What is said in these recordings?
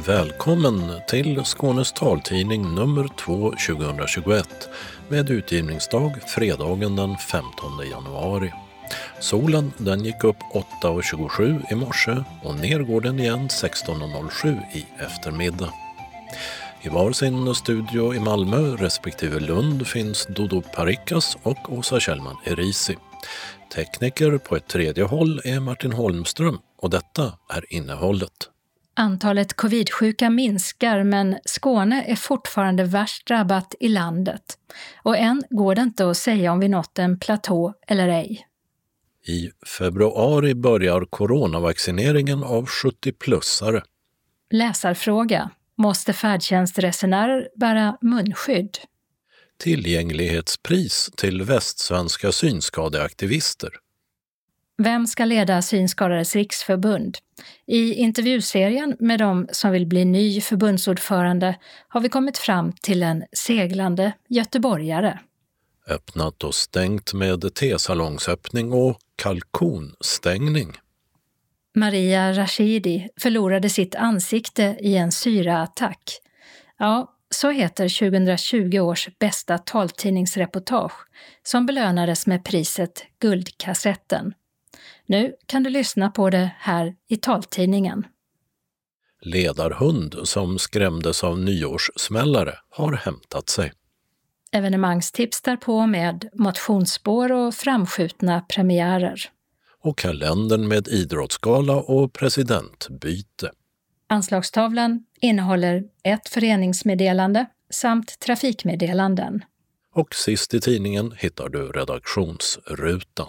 Välkommen till Skånes taltidning nummer 2 2021 med utgivningsdag fredagen den 15 januari. Solen den gick upp 8.27 i morse och ner går den igen 16.07 i eftermiddag. I varsin studio i Malmö respektive Lund finns Dodo Parikas och Åsa Kjellman Erisi. Tekniker på ett tredje håll är Martin Holmström och detta är innehållet. Antalet covidsjuka minskar men Skåne är fortfarande värst drabbat i landet. Och än går det inte att säga om vi nått en platå eller ej. I februari börjar coronavaccineringen av 70-plussare. Läsarfråga. Måste färdtjänstresenärer bära munskydd? Tillgänglighetspris till västsvenska synskadeaktivister. Vem ska leda Synskadades riksförbund? I intervjuserien med de som vill bli ny förbundsordförande har vi kommit fram till en seglande göteborgare. Öppnat och stängt med tesalongsöppning och kalkonstängning. Maria Rashidi förlorade sitt ansikte i en syraattack. Ja, så heter 2020 års bästa taltidningsreportage som belönades med priset Guldkassetten. Nu kan du lyssna på det här i taltidningen. Ledarhund som skrämdes av nyårssmällare har hämtat sig. Evenemangstips därpå med motionsspår och framskjutna premiärer. Och kalendern med idrottsgala och presidentbyte. Anslagstavlan innehåller ett föreningsmeddelande samt trafikmeddelanden. Och sist i tidningen hittar du redaktionsrutan.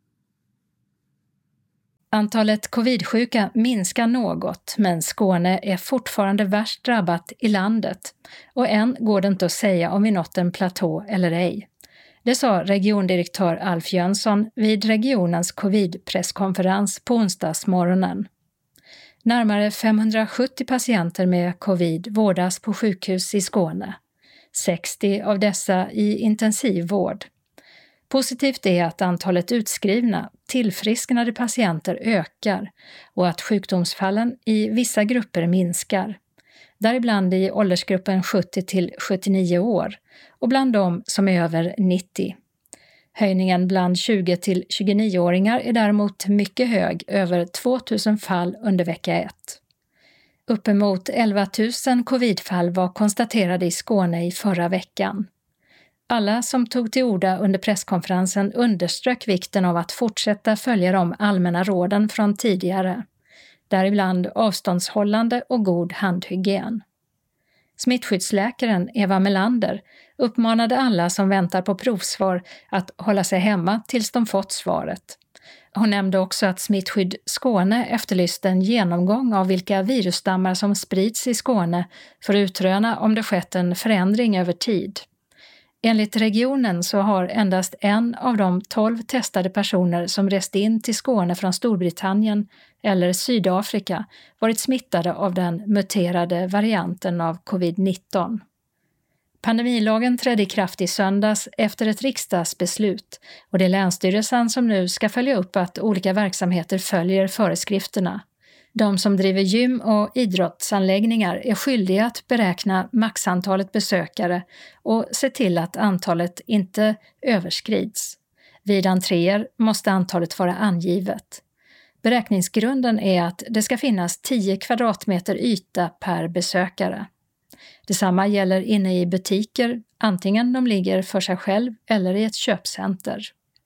Antalet covidsjuka minskar något, men Skåne är fortfarande värst drabbat i landet. Och än går det inte att säga om vi nått en platå eller ej. Det sa regiondirektör Alf Jönsson vid regionens covid-presskonferens på onsdagsmorgonen. Närmare 570 patienter med covid vårdas på sjukhus i Skåne. 60 av dessa i intensivvård. Positivt är att antalet utskrivna, tillfrisknade patienter ökar och att sjukdomsfallen i vissa grupper minskar. Däribland i åldersgruppen 70 till 79 år och bland dem som är över 90. Höjningen bland 20 till 29-åringar är däremot mycket hög, över 2000 fall under vecka 1. Uppemot 11 000 covidfall var konstaterade i Skåne i förra veckan. Alla som tog till orda under presskonferensen underströk vikten av att fortsätta följa de allmänna råden från tidigare, däribland avståndshållande och god handhygien. Smittskyddsläkaren Eva Melander uppmanade alla som väntar på provsvar att hålla sig hemma tills de fått svaret. Hon nämnde också att Smittskydd Skåne efterlyste en genomgång av vilka virusstammar som sprids i Skåne för att utröna om det skett en förändring över tid. Enligt regionen så har endast en av de 12 testade personer som rest in till Skåne från Storbritannien eller Sydafrika varit smittade av den muterade varianten av covid-19. Pandemilagen trädde i kraft i söndags efter ett riksdagsbeslut och det är Länsstyrelsen som nu ska följa upp att olika verksamheter följer föreskrifterna. De som driver gym och idrottsanläggningar är skyldiga att beräkna maxantalet besökare och se till att antalet inte överskrids. Vid entréer måste antalet vara angivet. Beräkningsgrunden är att det ska finnas 10 kvadratmeter yta per besökare. Detsamma gäller inne i butiker, antingen de ligger för sig själv eller i ett köpcenter.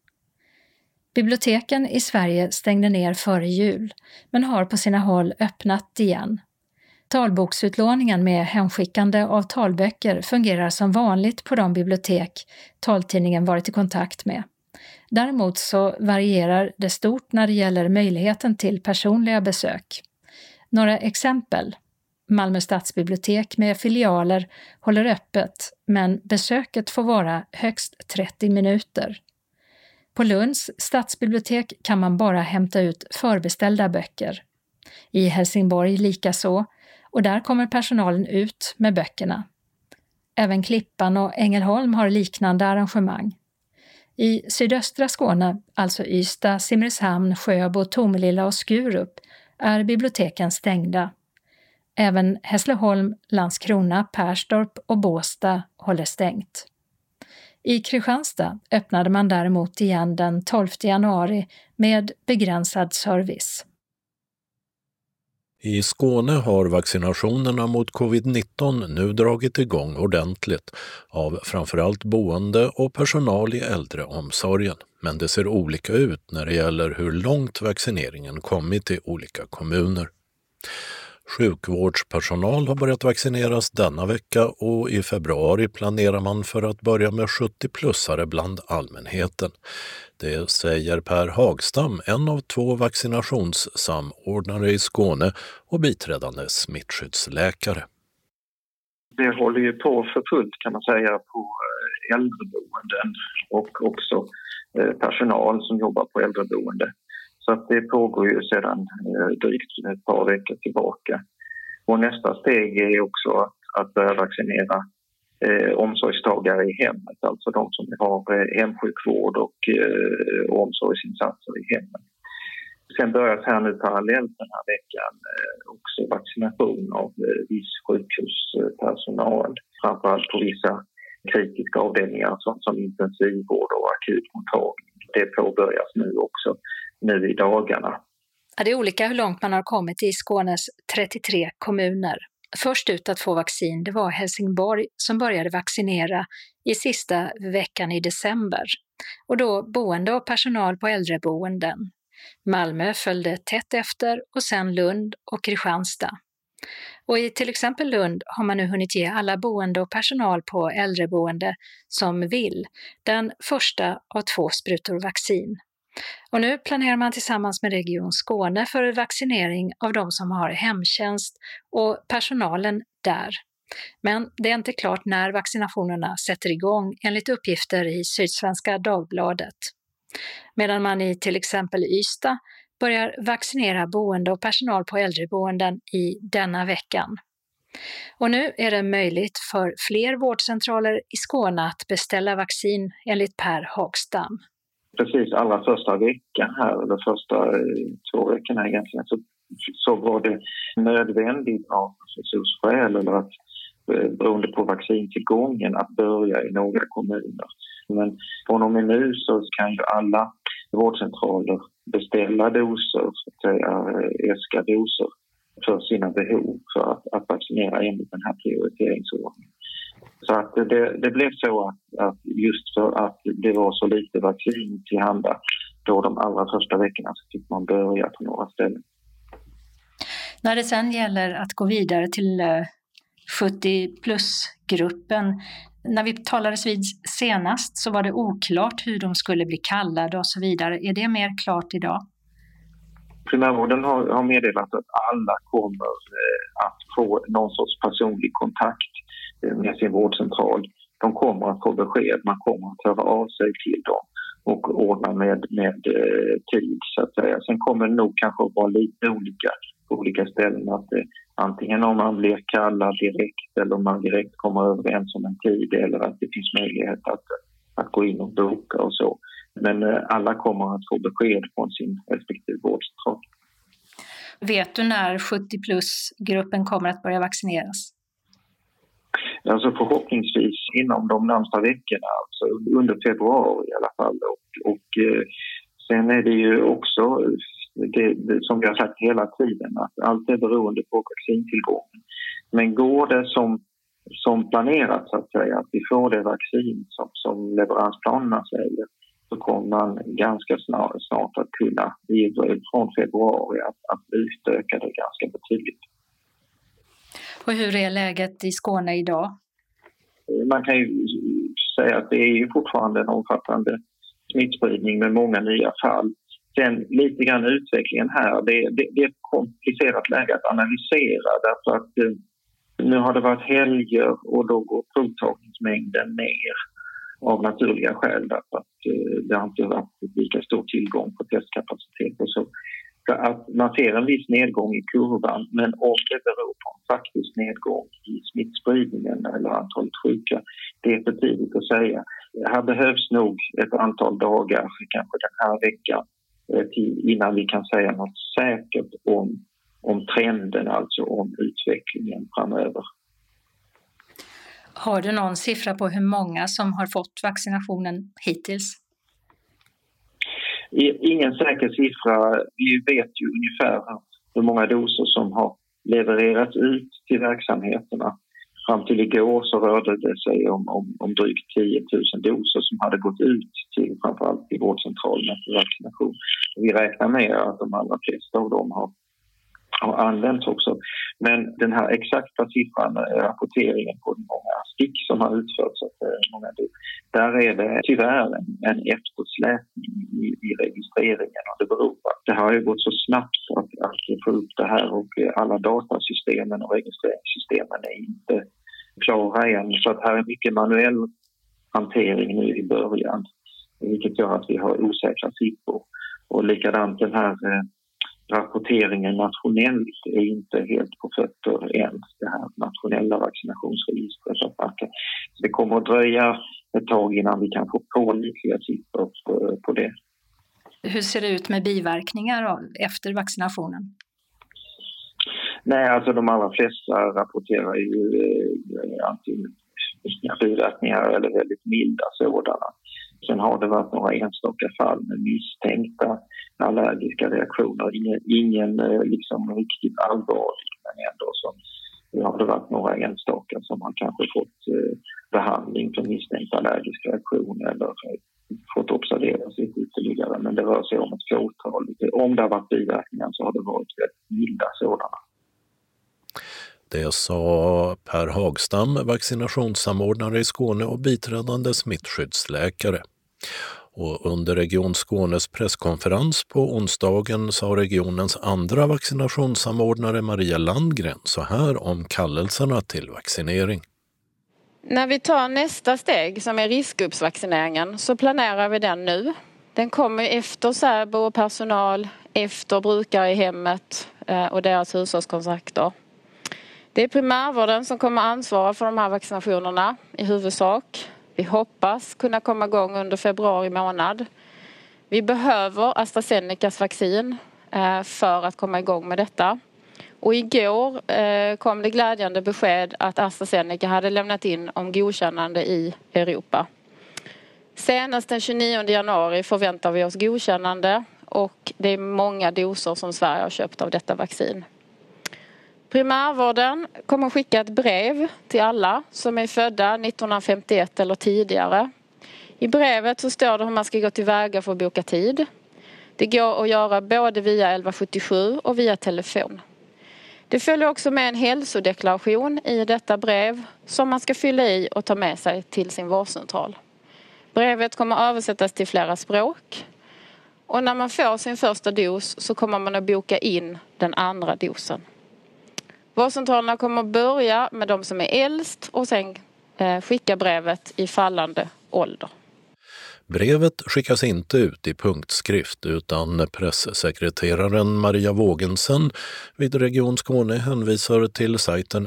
Biblioteken i Sverige stängde ner före jul, men har på sina håll öppnat igen. Talboksutlåningen med hemskickande av talböcker fungerar som vanligt på de bibliotek taltidningen varit i kontakt med. Däremot så varierar det stort när det gäller möjligheten till personliga besök. Några exempel. Malmö stadsbibliotek med filialer håller öppet, men besöket får vara högst 30 minuter. På Lunds stadsbibliotek kan man bara hämta ut förbeställda böcker. I Helsingborg likaså, och där kommer personalen ut med böckerna. Även Klippan och Ängelholm har liknande arrangemang. I sydöstra Skåne, alltså Ystad, Simrishamn, Sjöbo, Tomelilla och Skurup, är biblioteken stängda. Även Hässleholm, Landskrona, Perstorp och Båstad håller stängt. I Kristianstad öppnade man däremot igen den 12 januari med begränsad service. I Skåne har vaccinationerna mot covid-19 nu dragit igång ordentligt av framförallt boende och personal i äldreomsorgen. Men det ser olika ut när det gäller hur långt vaccineringen kommit i olika kommuner. Sjukvårdspersonal har börjat vaccineras denna vecka och i februari planerar man för att börja med 70-plussare bland allmänheten. Det säger Per Hagstam, en av 2 vaccinationssamordnare i Skåne och biträdande smittskyddsläkare. Det håller ju på för fullt kan man säga på äldreboenden och också personal som jobbar på äldreboende. Så att det pågår ju sedan drygt ett par veckor tillbaka. Och nästa steg är också att börja vaccinera omsorgstagare i hemmet, alltså de som har hemsjukvård och omsorgsinsatser i hemmet. Sen börjar här nu parallellt den här veckan också vaccination av viss sjukhuspersonal, framförallt på vissa kritiska avdelningar som intensivvård och akutmottagning. Det påbörjas nu också, nu i dagarna. Ja, det är olika hur långt man har kommit i Skånes 33 kommuner. Först ut att få vaccin det var Helsingborg som började vaccinera i sista veckan i december. Och då boende och personal på äldreboenden. Malmö följde tätt efter och sen Lund och Kristianstad. Och i till exempel Lund har man nu hunnit ge alla boende och personal på äldreboende som vill den första av 2 sprutor vaccin. Och nu planerar man tillsammans med Region Skåne för vaccinering av de som har hemtjänst och personalen där. Men det är inte klart när vaccinationerna sätter igång enligt uppgifter i Sydsvenska Dagbladet. Medan man i till exempel Ystad börjar vaccinera boende och personal på äldreboenden i denna veckan. Och nu är det möjligt för fler vårdcentraler i Skåne att beställa vaccin enligt Per Hagstam. Precis allra första veckan här, eller första 2 veckorna egentligen, så var det nödvändigt av resursskäl eller att beroende på vaccintillgången att börja i några kommuner. Men från och med nu så kan ju alla vårdcentraler beställa doser, så att säga, äska doser för sina behov för att vaccinera enligt den här prioriteringsordningen. Så att det blev så att just för att det var så lite vaccin tillhanda då de allra första veckorna så fick man börja på några ställen. När det sen gäller att gå vidare till 70-plus-gruppen, när vi talades vid senast så var det oklart hur de skulle bli kallade och så vidare. Är det mer klart idag? Primärvården har meddelat att alla kommer att få någon sorts personlig kontakt med sin vårdcentral. De kommer att få besked, man kommer att höra av sig till dem och ordna med tid så att säga. Sen kommer det nog kanske att vara lite olika på olika ställen, att antingen om man blir kallad direkt eller om man direkt kommer överens om en tid eller att det finns möjlighet att gå in och boka och så. Men alla kommer att få besked från sin respektive vårdcentral. Vet du när 70-plus-gruppen kommer att börja vaccineras? Alltså förhoppningsvis inom de närmsta veckorna, alltså under februari i alla fall. Och sen är det ju också, det som jag har sagt hela tiden, att allt är beroende på vaccintillgången. Men går det som planerat så att säga, att vi får det vaccin som leveransplanerna säger, så kommer man ganska snart att kunna från februari att utöka det ganska betydligt. Och hur är läget i Skåne idag? Man kan ju säga att det är ju fortfarande en omfattande smittspridning med många nya fall. Sen lite grann utvecklingen här, det är ett komplicerat läge att analysera därför att nu har det varit helger och då går provtagningsmängden ner av naturliga skäl därför att det har inte varit lika stor tillgång på testkapacitet och så. Så att man ser en viss nedgång i kurvan, men om det beror på en faktisk nedgång i smittspridningen eller antalet sjuka, det är för tidigt att säga. Här behövs nog ett antal dagar, kanske den här veckan, innan vi kan säga något säkert om trenden, alltså om utvecklingen framöver. Har du någon siffra på hur många som har fått vaccinationen hittills? Ingen säker siffra. Vi vet ju ungefär hur många doser som har levererats ut till verksamheterna. Fram till igår så rörde det sig om drygt 10 000 doser som hade gått ut till framförallt till vårdcentralerna för vaccination. Vi räknar med att de allra flesta av dem har använts också. Men den här exakta siffran, rapporteringen på hur många stick som har utförts, där är det tyvärr en eftersläpning i registreringen. Och det beror på att det har ju gått så snabbt att få upp det här, och alla datasystemen och registreringssystemen är inte klara än. Så att här är mycket manuell hantering nu i början, vilket gör att vi har osäkra siffror. Och likadant den här rapporteringen nationellt är inte helt på fötter än, det här nationella vaccinationsregistret. Så det kommer att dröja ett tag innan vi kan få pålitliga siffror på det. Hur ser det ut med biverkningar efter vaccinationen? Nej, alltså de allra flesta rapporterar ju antingen inga biverkningar eller väldigt milda sådana. Sen har det varit några enstaka fall med misstänkta allergiska reaktioner. Ingen liksom riktigt allvarlig, men ändå som har det varit några enstaka som har kanske fått behandling för misstänkt allergisk reaktion eller fått observeras ytterligare. Men det rör sig om ett fåtal. Om det har varit biverkningar så har det varit väldigt milda sådana. Det sa Per Hagstam, vaccinationssamordnare i Skåne och biträdande smittskyddsläkare. Och under Region Skånes presskonferens på onsdagen sa regionens andra vaccinationssamordnare Maria Landgren så här om kallelserna till vaccinering. När vi tar nästa steg som är riskgruppsvaccineringen så planerar vi den nu. Den kommer efter särbo och personal, efter brukare i hemmet och deras hushållskontakter. Det är primärvården som kommer ansvara för de här vaccinationerna i huvudsak. Vi hoppas kunna komma igång under februari månad. Vi behöver AstraZenecas vaccin för att komma igång med detta. Och igår kom det glädjande besked att AstraZeneca hade lämnat in om godkännande i Europa. Senast den 29 januari förväntar vi oss godkännande och det är många doser som Sverige har köpt av detta vaccin. Primärvården kommer skicka ett brev till alla som är födda 1951 eller tidigare. I brevet så står det hur man ska gå tillväga för att boka tid. Det går att göra både via 1177 och via telefon. Det följer också med en hälsodeklaration i detta brev som man ska fylla i och ta med sig till sin vårdcentral. Brevet kommer översättas till flera språk. Och när man får sin första dos så kommer man att boka in den andra dosen. Vårdcentralerna kommer att börja med de som är äldst och sen skicka brevet i fallande ålder. Brevet skickas inte ut i punktskrift utan pressekreteraren Maria Vågensen vid Region Skåne hänvisar till sajten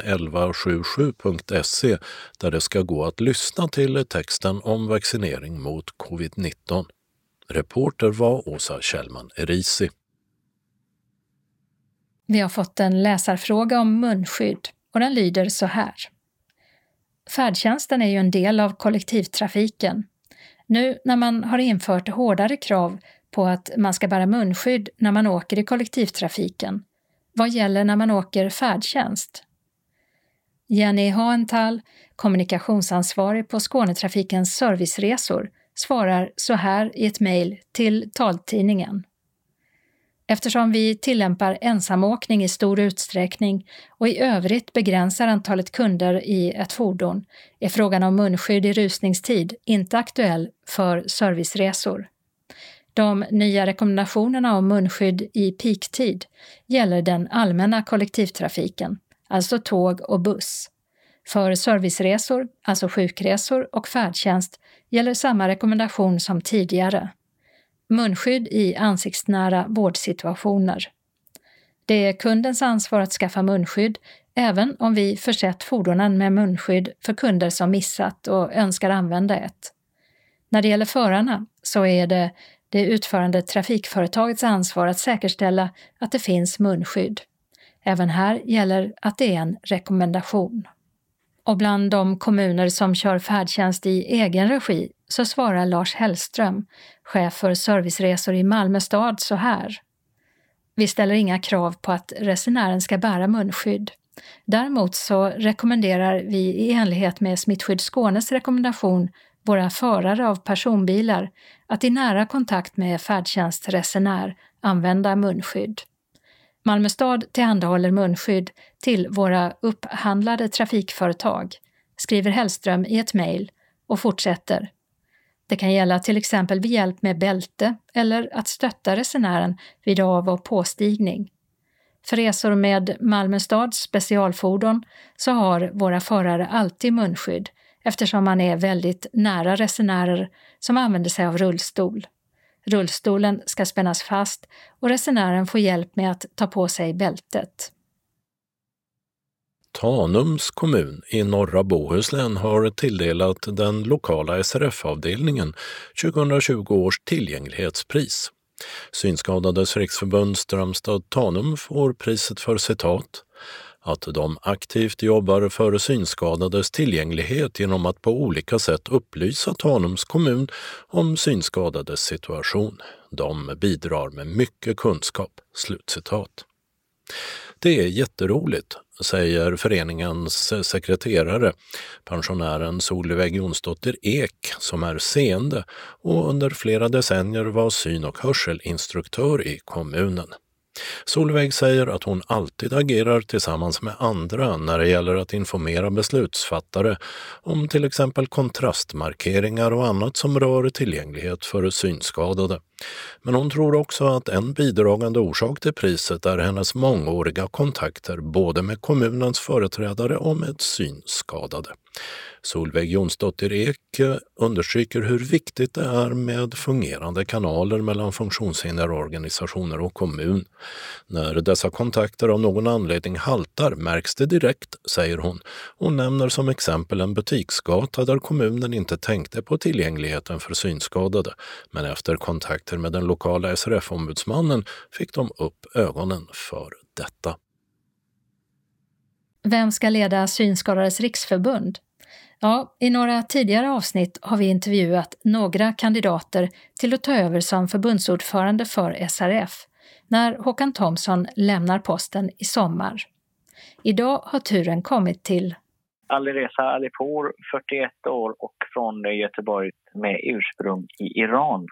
1177.se där det ska gå att lyssna till texten om vaccinering mot covid-19. Reporter var Åsa Kjellman Erisi. Vi har fått en läsarfråga om munskydd och den lyder så här. Färdtjänsten är ju en del av kollektivtrafiken. Nu när man har infört hårdare krav på att man ska bära munskydd när man åker i kollektivtrafiken, vad gäller när man åker färdtjänst? Jenny Haenthal, kommunikationsansvarig på Skånetrafikens serviceresor, svarar så här i ett mejl till taltidningen. Eftersom vi tillämpar ensamåkning i stor utsträckning och i övrigt begränsar antalet kunder i ett fordon är frågan om munskydd i rusningstid inte aktuell för serviceresor. De nya rekommendationerna om munskydd i peaktid gäller den allmänna kollektivtrafiken, alltså tåg och buss. För serviceresor, alltså sjukresor och färdtjänst gäller samma rekommendation som tidigare. Munskydd i ansiktsnära vårdsituationer. Det är kundens ansvar att skaffa munskydd även om vi försett fordonen med munskydd för kunder som missat och önskar använda ett. När det gäller förarna så är det utförande trafikföretagets ansvar att säkerställa att det finns munskydd. Även här gäller att det är en rekommendation. Och bland de kommuner som kör färdtjänst i egen regi så svarar Lars Hellström, chef för serviceresor i Malmö stad, så här. Vi ställer inga krav på att resenären ska bära munskydd. Däremot så rekommenderar vi i enlighet med Smittskydd Skånes rekommendation våra förare av personbilar att i nära kontakt med färdtjänstresenär använda munskydd. Malmö stad tillhandahåller munskydd till våra upphandlade trafikföretag, skriver Hellström i ett mejl och fortsätter. Det kan gälla till exempel vid hjälp med bälte eller att stötta resenären vid av- och påstigning. För resor med Malmö stads specialfordon så har våra förare alltid munskydd eftersom man är väldigt nära resenärer som använder sig av rullstol. Rullstolen ska spännas fast och resenären får hjälp med att ta på sig bältet. Tanums kommun i norra Bohuslän har tilldelat den lokala SRF-avdelningen 2020 års tillgänglighetspris. Synskadades riksförbund Strömstad Tanum får priset för citat att de aktivt jobbar för synskadades tillgänglighet genom att på olika sätt upplysa Tanums kommun om synskadades situation. De bidrar med mycket kunskap. Slutcitat. Det är jätteroligt, säger föreningens sekreterare, pensionären Solveig Jonsdotter Ek, som är seende och under flera decennier var syn- och hörselinstruktör i kommunen. Solveig säger att hon alltid agerar tillsammans med andra när det gäller att informera beslutsfattare om till exempel kontrastmarkeringar och annat som rör tillgänglighet för synskadade. Men hon tror också att en bidragande orsak till priset är hennes mångåriga kontakter både med kommunens företrädare och med synskadade. Solveig Jonsdotter Ek understryker hur viktigt det är med fungerande kanaler mellan funktionshinderorganisationer och kommun. När dessa kontakter av någon anledning haltar märks det direkt, säger hon. Hon nämner som exempel en butiksgata där kommunen inte tänkte på tillgängligheten för synskadade, men efter kontakter med den lokala SRF-ombudsmannen fick de upp ögonen för detta. Vem ska leda Synskadades riksförbund? Ja, i några tidigare avsnitt har vi intervjuat några kandidater till att ta över som förbundsordförande för SRF när Håkan Thomsson lämnar posten i sommar. Idag har turen kommit till Alireza Alipour, 41 år och från Göteborg med ursprung i Iran.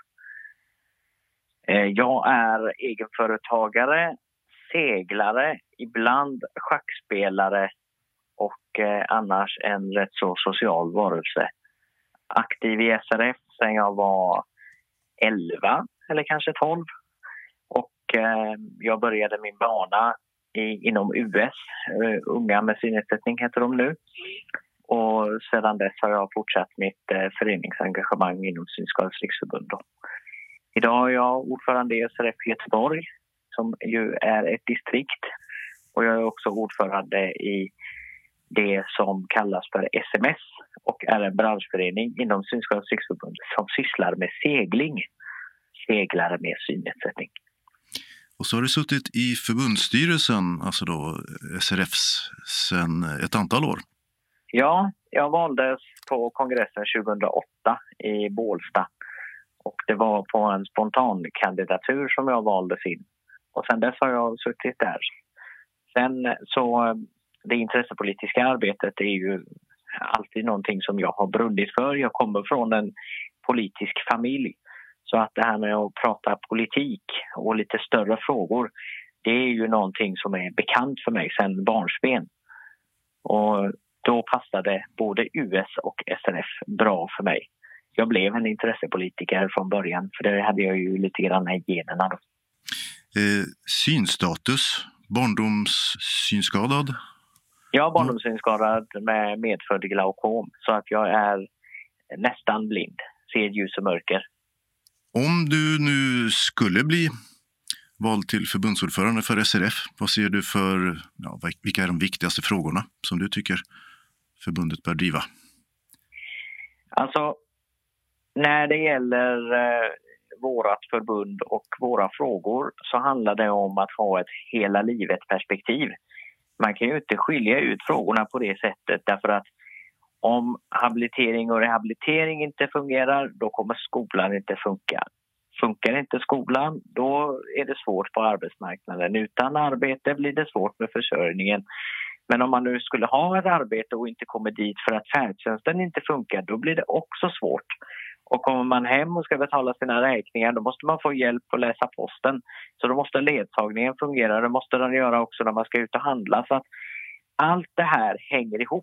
Jag är egenföretagare, seglare, ibland schackspelare och annars en rätt så social varelse. Aktiv i SRF sedan jag var 11 eller kanske 12. Och jag började min bana inom US, Unga med synnedsättning heter de nu. Och sedan dess har jag fortsatt mitt föreningsengagemang inom Synskadades riksförbund. Idag är jag ordförande i SRF Göteborg som ju är ett distrikt. Och jag är också ordförande i det som kallas för SMS och är en branschförening inom Synskadades riksförbund som sysslar med segling. Seglare med synnedsättning. Och så har du suttit i förbundsstyrelsen, alltså då SRFs, sedan ett antal år. Ja, jag valdes på kongressen 2008 i Bålsta. Och det var på en spontan kandidatur som jag valdes in. Och sen dess har jag suttit där. Sen så det intressepolitiska arbetet är ju alltid någonting som jag har brunnit för. Jag kommer från en politisk familj. Så att det här med att prata politik och lite större frågor, det är ju någonting som är bekant för mig sedan barnsben. Och då passade både US och SRF bra för mig. Jag blev en intressepolitiker från början, för det hade jag ju lite grann i generna då. Synstatus, barndomssynskadad? Jag är barndomssynskadad med medfödd glaukom, så att jag är nästan blind, ser ljus och mörker. Om du nu skulle bli vald till förbundsordförande för SRF, vad ser du för, vilka är de viktigaste frågorna som du tycker förbundet bör driva? Alltså, när det gäller vårat förbund och våra frågor så handlar det om att ha ett hela livet perspektiv. Man kan ju inte skilja ut frågorna på det sättet, därför att om habilitering och rehabilitering inte fungerar, då kommer skolan inte funka. Funkar inte skolan, då är det svårt på arbetsmarknaden. Utan arbete blir det svårt med försörjningen. Men om man nu skulle ha ett arbete och inte kommer dit för att färdtjänsten inte funkar, då blir det också svårt. Och kommer man hem och ska betala sina räkningar, då måste man få hjälp att läsa posten. Så då måste ledsagningen fungera, det måste den göra också när man ska ut och handla. Så att allt det här hänger ihop.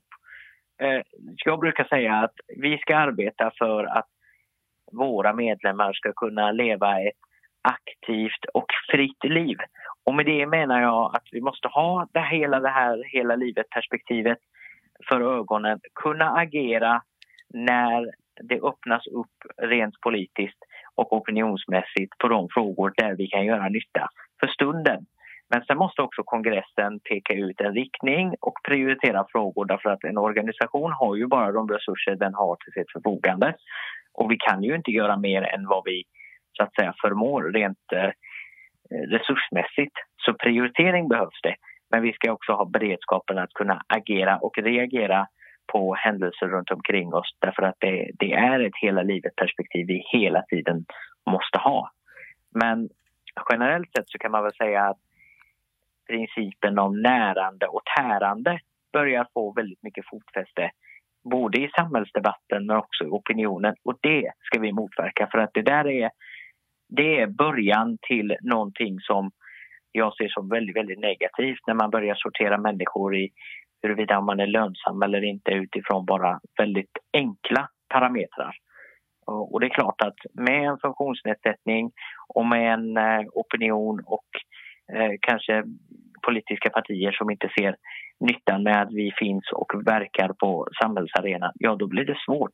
Jag brukar säga att vi ska arbeta för att våra medlemmar ska kunna leva ett aktivt och fritt liv. Och med det menar jag att vi måste ha det här hela livet perspektivet för ögonen. Kunna agera när det öppnas upp rent politiskt och opinionsmässigt på de frågor där vi kan göra nytta för stunden. Men sen måste också kongressen peka ut en riktning och prioritera frågor, därför att en organisation har ju bara de resurser den har till sitt förfogande. Och vi kan ju inte göra mer än vad vi så att säga förmår rent resursmässigt. Så prioritering behövs det. Men vi ska också ha beredskapen att kunna agera och reagera på händelser runt omkring oss. Därför att det är ett hela livet perspektiv vi hela tiden måste ha. Men generellt sett så kan man väl säga att principen om närande och tärande börjar få väldigt mycket fotfäste. Både i samhällsdebatten men också i opinionen. Och det ska vi motverka, för att det är början till någonting som jag ser som väldigt, väldigt negativt, när man börjar sortera människor i huruvida man är lönsam eller inte utifrån bara väldigt enkla parametrar. Och det är klart att med en funktionsnedsättning och med en opinion och kanske politiska partier som inte ser nyttan med att vi finns och verkar på samhällsarenan, ja då blir det svårt.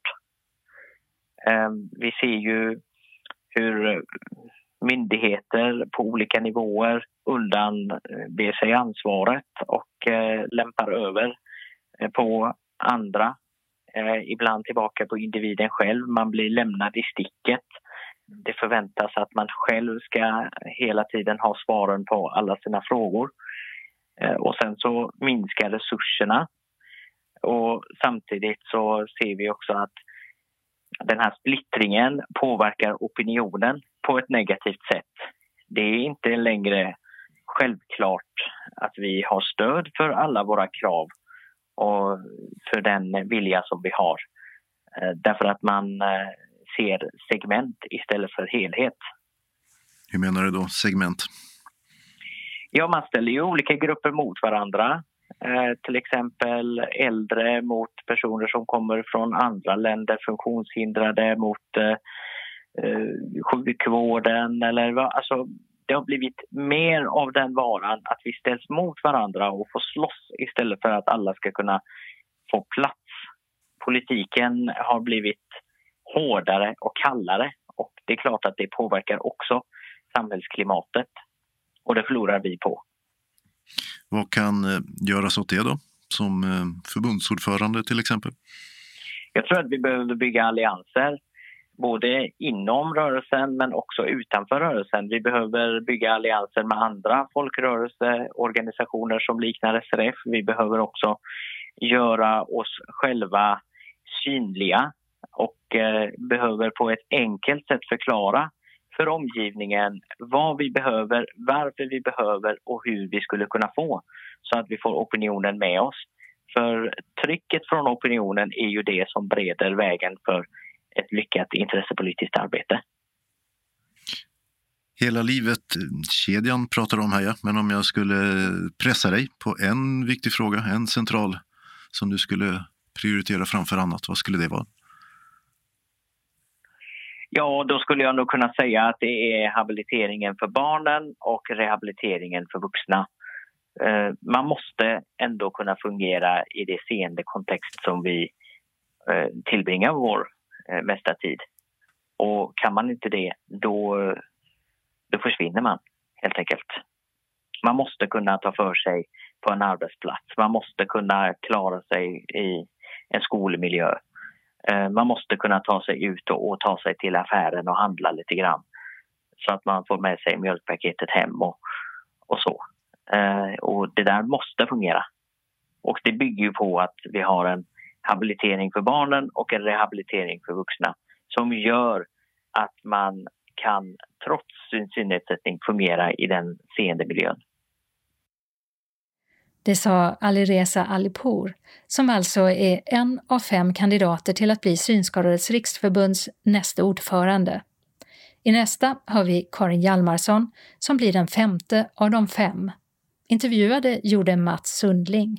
Vi ser ju hur myndigheter på olika nivåer undanber sig ansvaret och lämpar över på andra. Ibland tillbaka på individen själv. Man blir lämnad i sticket. Det förväntas att man själv ska hela tiden ha svaren på alla sina frågor. Och sen så minskar resurserna. Och samtidigt så ser vi också att den här splittringen påverkar opinionen på ett negativt sätt. Det är inte längre självklart att vi har stöd för alla våra krav och för den vilja som vi har. Därför att man ser segment istället för helhet. Hur menar du då, segment? Ja, man ställer ju olika grupper mot varandra. Till exempel äldre mot personer som kommer från andra länder, funktionshindrade mot sjukvården. Alltså, det har blivit mer av den varan att vi ställs mot varandra och får slåss istället för att alla ska kunna få plats. Politiken har blivit hårdare och kallare, och det är klart att det påverkar också samhällsklimatet, och det förlorar vi på. Vad kan göras åt det då, som förbundsordförande till exempel? Jag tror att vi behöver bygga allianser, både inom rörelsen men också utanför rörelsen. Vi behöver bygga allianser med andra folkrörelseorganisationer som liknar SRF. Vi behöver också göra oss själva synliga och behöver på ett enkelt sätt förklara för omgivningen vad vi behöver, varför vi behöver och hur vi skulle kunna få, så att vi får opinionen med oss. För trycket från opinionen är ju det som breder vägen för ett lyckat intressepolitiskt arbete. Hela livet-kedjan pratar du om här, ja. Men om jag skulle pressa dig på en viktig fråga, en central som du skulle prioritera framför annat, vad skulle det vara? Ja, då skulle jag nog kunna säga att det är habiliteringen för barnen och rehabiliteringen för vuxna. Man måste ändå kunna fungera i det seende kontext som vi tillbringar vår mesta tid. Och kan man inte det, då försvinner man helt enkelt. Man måste kunna ta för sig på en arbetsplats. Man måste kunna klara sig i en skolmiljö. Man måste kunna ta sig ut och ta sig till affären och handla lite grann. så att man får med sig mjölkpaketet hem och så. Och det där måste fungera. Och det bygger ju på att vi har en habilitering för barnen och en rehabilitering för vuxna som gör att man kan trots sin synnedsättning fungera i den seende miljön. Det sa Alireza Alipour, som alltså är en av 5 kandidater till att bli Synskadades riksförbunds nästa ordförande. I nästa har vi Karin Hjalmarsson som blir den 5:e av de 5. Intervjuade gjorde Mats Sundling.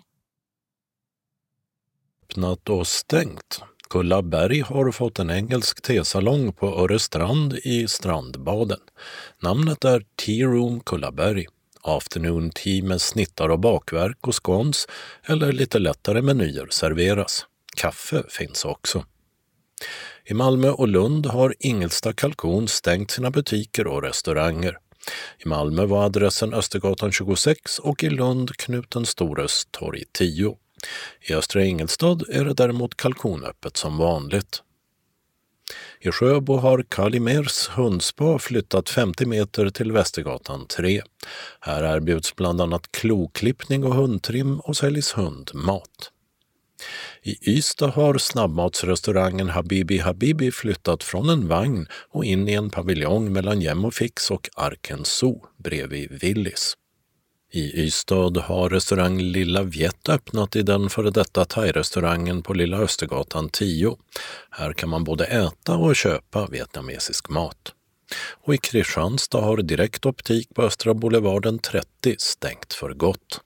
Öppnat och stängt. Kullaberg har fått en engelsk tesalong på Örestrand i Strandbaden. Namnet är Tea Room Kullaberg. Afternoon tea med snittar och bakverk och scones eller lite lättare menyer serveras. Kaffe finns också. I Malmö och Lund har Ingelsta Kalkon stängt sina butiker och restauranger. I Malmö var adressen Östergatan 26 och i Lund Knuten Stores torg 10. I Östra Ingelstad är det däremot kalkonöppet som vanligt. I Sjöbo har Kalimers hundspa flyttat 50 meter till Västergatan 3. Här erbjuds bland annat kloklippning och hundtrim och säljs hundmat. I Ystad har snabbmatsrestaurangen Habibi flyttat från en vagn och in i en paviljong mellan Jem och Fix och Arken Zoo bredvid Willys. I Ystad har restaurang Lilla Vjett öppnat i den före detta thai-restaurangen på Lilla Östergatan 10. Här kan man både äta och köpa vietnamesisk mat. Och i Kristianstad har Direkt Optik på Östra Boulevarden 30 stängt för gott.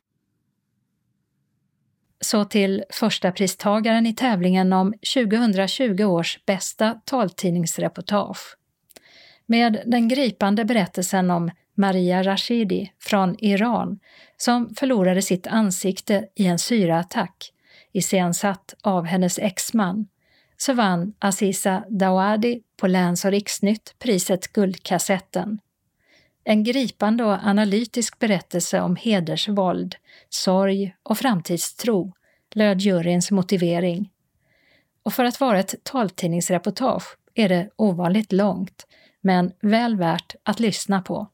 Så till första pristagaren i tävlingen om 2020 års bästa taltidningsreportage. Med den gripande berättelsen om Maria Rashidi från Iran som förlorade sitt ansikte i en syraattack, iscensatt av hennes exman, så vann Aziza Dawadi på Läns- och Riksnytt priset Guldkassetten. En gripande och analytisk berättelse om hedersvåld, sorg och framtidstro, löd juryns motivering. Och för att vara ett taltidningsreportage är det ovanligt långt, men väl värt att lyssna på.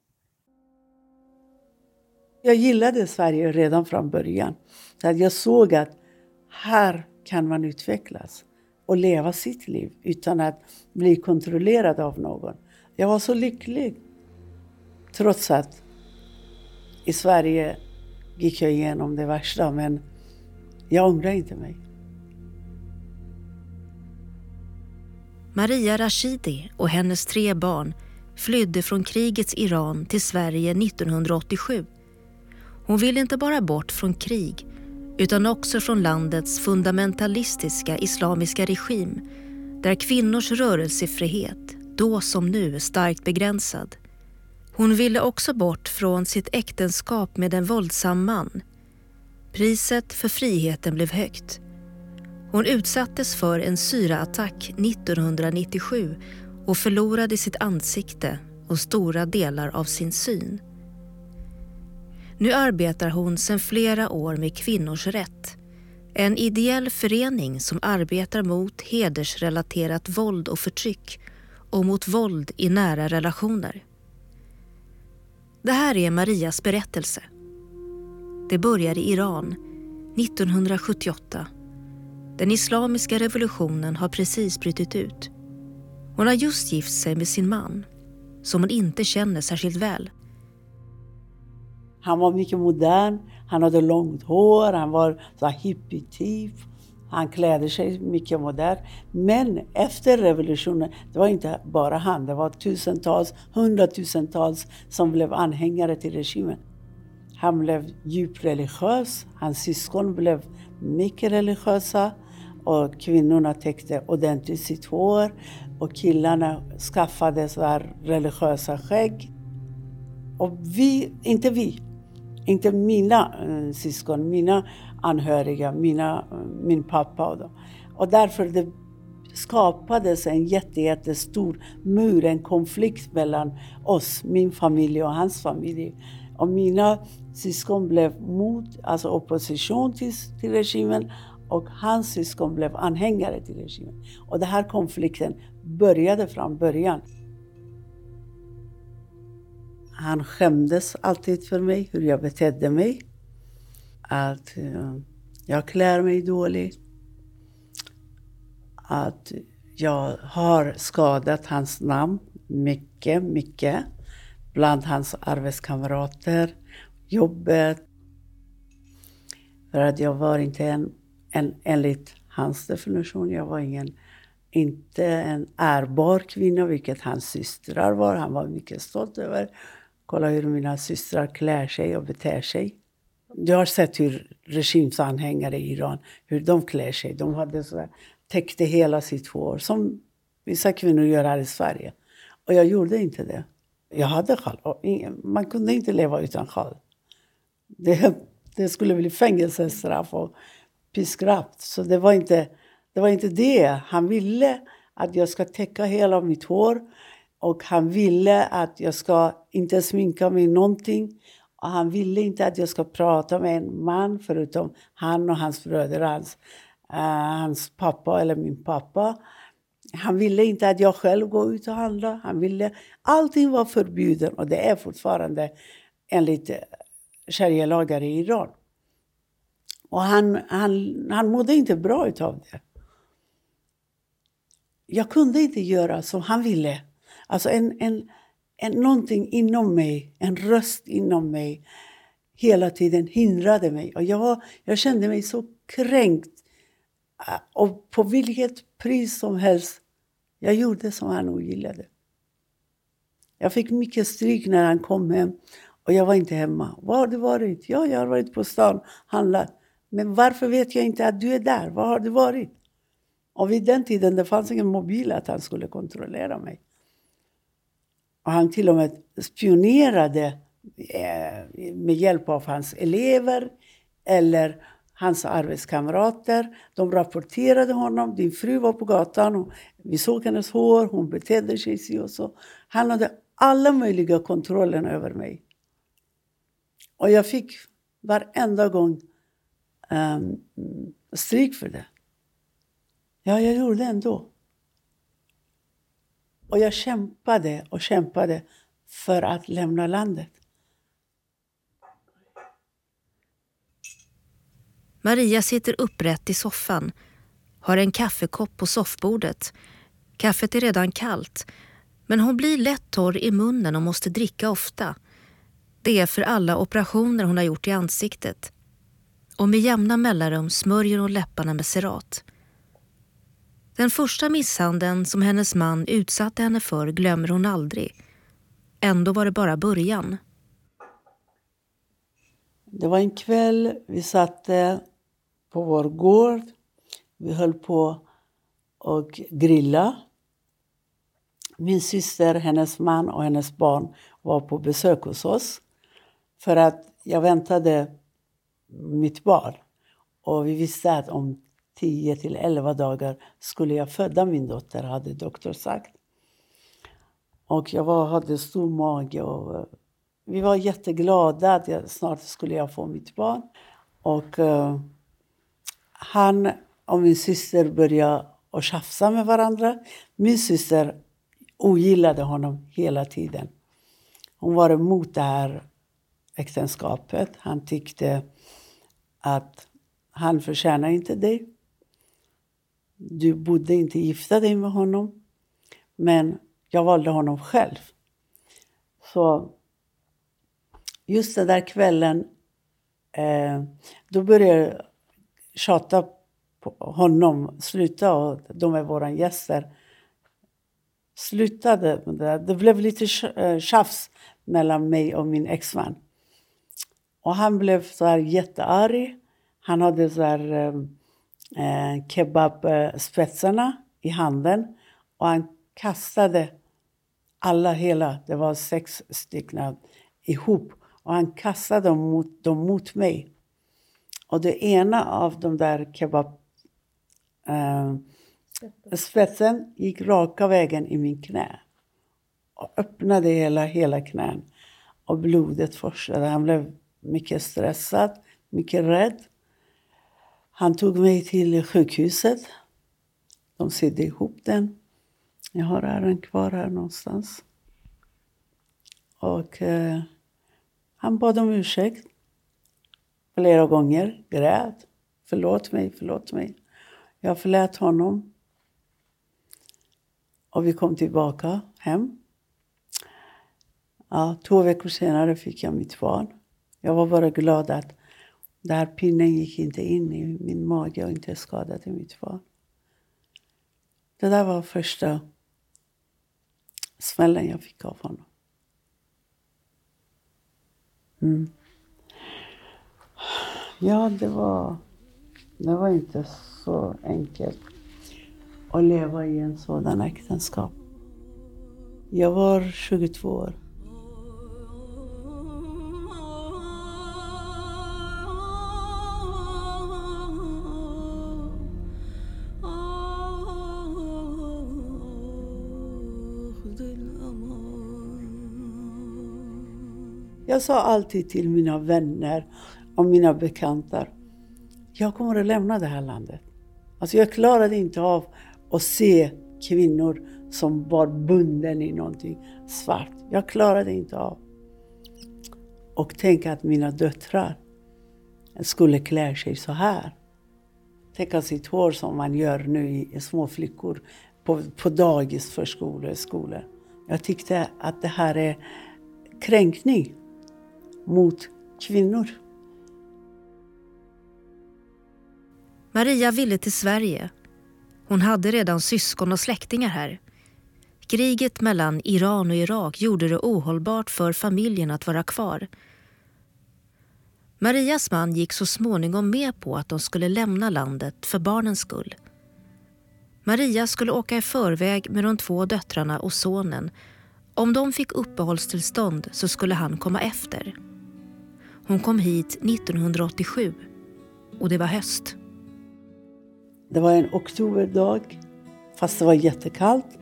Jag gillade Sverige redan från början. Så att jag såg att här kan man utvecklas och leva sitt liv utan att bli kontrollerad av någon. Jag var så lycklig. Trots att i Sverige gick jag igenom det värsta, men jag ångrar inte mig. Maria Rashidi och hennes 3 barn flydde från krigets Iran till Sverige 1987. Hon ville inte bara bort från krig utan också från landets fundamentalistiska islamiska regim där kvinnors rörelsefrihet då som nu är starkt begränsad. Hon ville också bort från sitt äktenskap med en våldsam man. Priset för friheten blev högt. Hon utsattes för en syraattack 1997 och förlorade sitt ansikte och stora delar av sin syn. Nu arbetar hon sedan flera år med Kvinnors rätt, en ideell förening som arbetar mot hedersrelaterat våld och förtryck och mot våld i nära relationer. Det här är Marias berättelse. Det började i Iran 1978. Den islamiska revolutionen har precis brutit ut. Hon har just gift sig med sin man, som hon inte känner särskilt väl. Han var mycket modern, han hade långt hår, han var så hippie-typ. Han klädde sig mycket modern. Men efter revolutionen, det var inte bara han, det var tusentals, 100-tusentals som blev anhängare till regimen. Han blev djupt religiös, hans syskon blev mycket religiösa och kvinnorna täckte ordentligt sitt hår och killarna skaffade så här religiösa skägg. Och inte mina syskon, mina anhöriga, min pappa och dem. Och därför det skapades en jättestor mur, en konflikt mellan oss, min familj och hans familj. Och mina syskon blev alltså opposition till regimen och hans syskon blev anhängare till regimen. Och den här konflikten började från början. Han skämdes alltid för mig, hur jag betedde mig. Att jag klär mig dåligt. Att jag har skadat hans namn mycket. Bland hans arbetskamrater, jobbet. För att jag var inte enligt hans definition, jag var inte en ärbar kvinna, vilket hans systrar var. Han var mycket stolt över. Kolla hur mina systrar klär sig och beter sig. Jag har sett hur regimsanhängare i Iran, hur de klär sig. De hade så där, täckte hela sitt hår, som vissa kvinnor gör här i Sverige. Och jag gjorde inte det. Jag hade sjal. Man kunde inte leva utan sjal. Det skulle bli fängelsestraff och piskrapp. Så det var inte det. Han ville att jag ska täcka hela mitt hår. Och han ville att jag ska inte sminka mig någonting. Och han ville inte att jag ska prata med en man förutom han och hans bröder, hans pappa eller min pappa. Han ville inte att jag själv går ut och handlar. Allting var förbjuden och det är fortfarande enligt sharia-lagar i Iran. Och han mådde inte bra utav det. Jag kunde inte göra som han ville. Alltså någonting inom mig, en röst inom mig hela tiden hindrade mig. Och jag kände mig så kränkt. Och på vilket pris som helst, jag gjorde som han ogillade. Jag fick mycket stryk när han kom hem och jag var inte hemma. Var har du varit? Ja, jag har varit på stan, handlat. Men varför vet jag inte att du är där? Var har du varit? Och vid den tiden det fanns ingen mobil att han skulle kontrollera mig. Och han till och med spionerade med hjälp av hans elever eller hans arbetskamrater. De rapporterade honom. Din fru var på gatan och vi såg hennes hår. Hon betedde sig och så. Han hade alla möjliga kontrollen över mig. Och jag fick varenda gång stryk för det. Ja, jag gjorde det ändå. Och jag kämpade för att lämna landet. Maria sitter upprätt i soffan, har en kaffekopp på soffbordet. Kaffet är redan kallt, men hon blir lätt torr i munnen och måste dricka ofta. Det är för alla operationer hon har gjort i ansiktet. Och med jämna mellanrum smörjer hon läpparna med Cerat. Den första misshandeln som hennes man utsatte henne för glömmer hon aldrig. Ändå var det bara början. Det var en kväll, vi satt på vår gård. Vi höll på och grilla. Min syster, hennes man och hennes barn var på besök hos oss. För att jag väntade mitt barn. Och vi visste att om 10 till 11 dagar skulle jag föda min dotter, hade doktor sagt. Och jag hade stor mage och vi var jätteglada att snart skulle jag få mitt barn. Och han och min syster började att tjafsa med varandra. Min syster ogillade honom hela tiden. Hon var emot det här äktenskapet. Han tyckte att han förtjänar inte dig. Du borde inte gifta dig med honom. Men jag valde honom själv. Så just den där kvällen då började jag tjata på honom. Sluta, och de är våra gäster. Slutade med det. Det blev lite tjafs mellan mig och min exman. Och han blev så här jättearg. Han hade så här kebabspetsarna i handen. Och han kastade hela, det var 6 stycken ihop. Och han kastade dem mot mig. Och det ena av de där spetsen gick raka vägen i min knä. Och öppnade hela knän. Och blodet forsade. Han blev mycket stressad, mycket rädd. Han tog mig till sjukhuset. De sydde ihop den. Jag har den kvar här någonstans. Och han bad om ursäkt flera gånger, grät. Förlåt mig. Jag förlät honom. Och vi kom tillbaka hem. Ja, 2 veckor senare fick jag mitt barn. Jag var bara glad att den här pinnen gick inte in i min mage och inte skadade mitt barn. Det där var första smällen jag fick av honom. Ja, det var inte så enkelt att leva i en sådan äktenskap. Jag var 22 år. Jag sa alltid till mina vänner och mina bekanta, jag kommer att lämna det här landet. Alltså jag klarade inte av att se kvinnor som var bunden i någonting svart. Jag klarade inte av. Och tänka att mina döttrar skulle klä sig så här. Tänka sitt hår som man gör nu i små flickor på dagis, förskolor, skolor. Jag tyckte att det här är kränkning mot kvinnor. Maria ville till Sverige. Hon hade redan syskon och släktingar här. Kriget mellan Iran och Irak gjorde det ohållbart för familjen att vara kvar. Marias man gick så småningom med på att de skulle lämna landet för barnens skull. Maria skulle åka i förväg med de 2 döttrarna och sonen. Om de fick uppehållstillstånd så skulle han komma efter. Hon kom hit 1987 och det var höst. Det var en oktoberdag, fast det var jättekallt.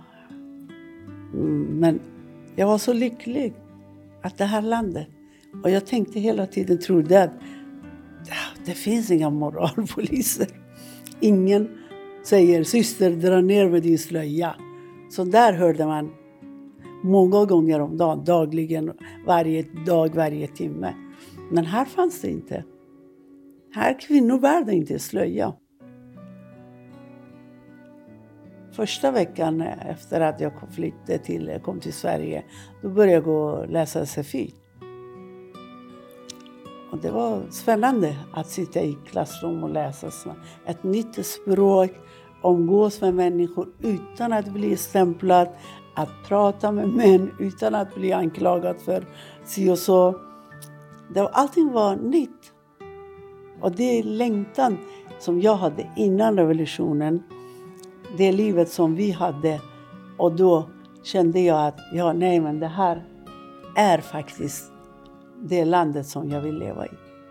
Men jag var så lycklig att det här landet. Och jag tänkte hela tiden, trodde att det finns inga moralpoliser. Ingen säger, syster, dra ner med din slöja. Så där hörde man många gånger om dagen, dagligen, varje dag, varje timme. Men här fanns det inte. Här kvinnor bärde inte slöja. Första veckan efter att jag kom till Sverige, då började jag gå och läsa SFI. Och det var spännande att sitta i klassrum och läsa ett nytt språk, umgås med människor utan att bli stämplad, att prata med män utan att bli anklagad för si och så. Allting var nytt. Och det är längtan som jag hade innan revolutionen. Det livet som vi hade. Och då kände jag att men det här är faktiskt det landet som jag vill leva i.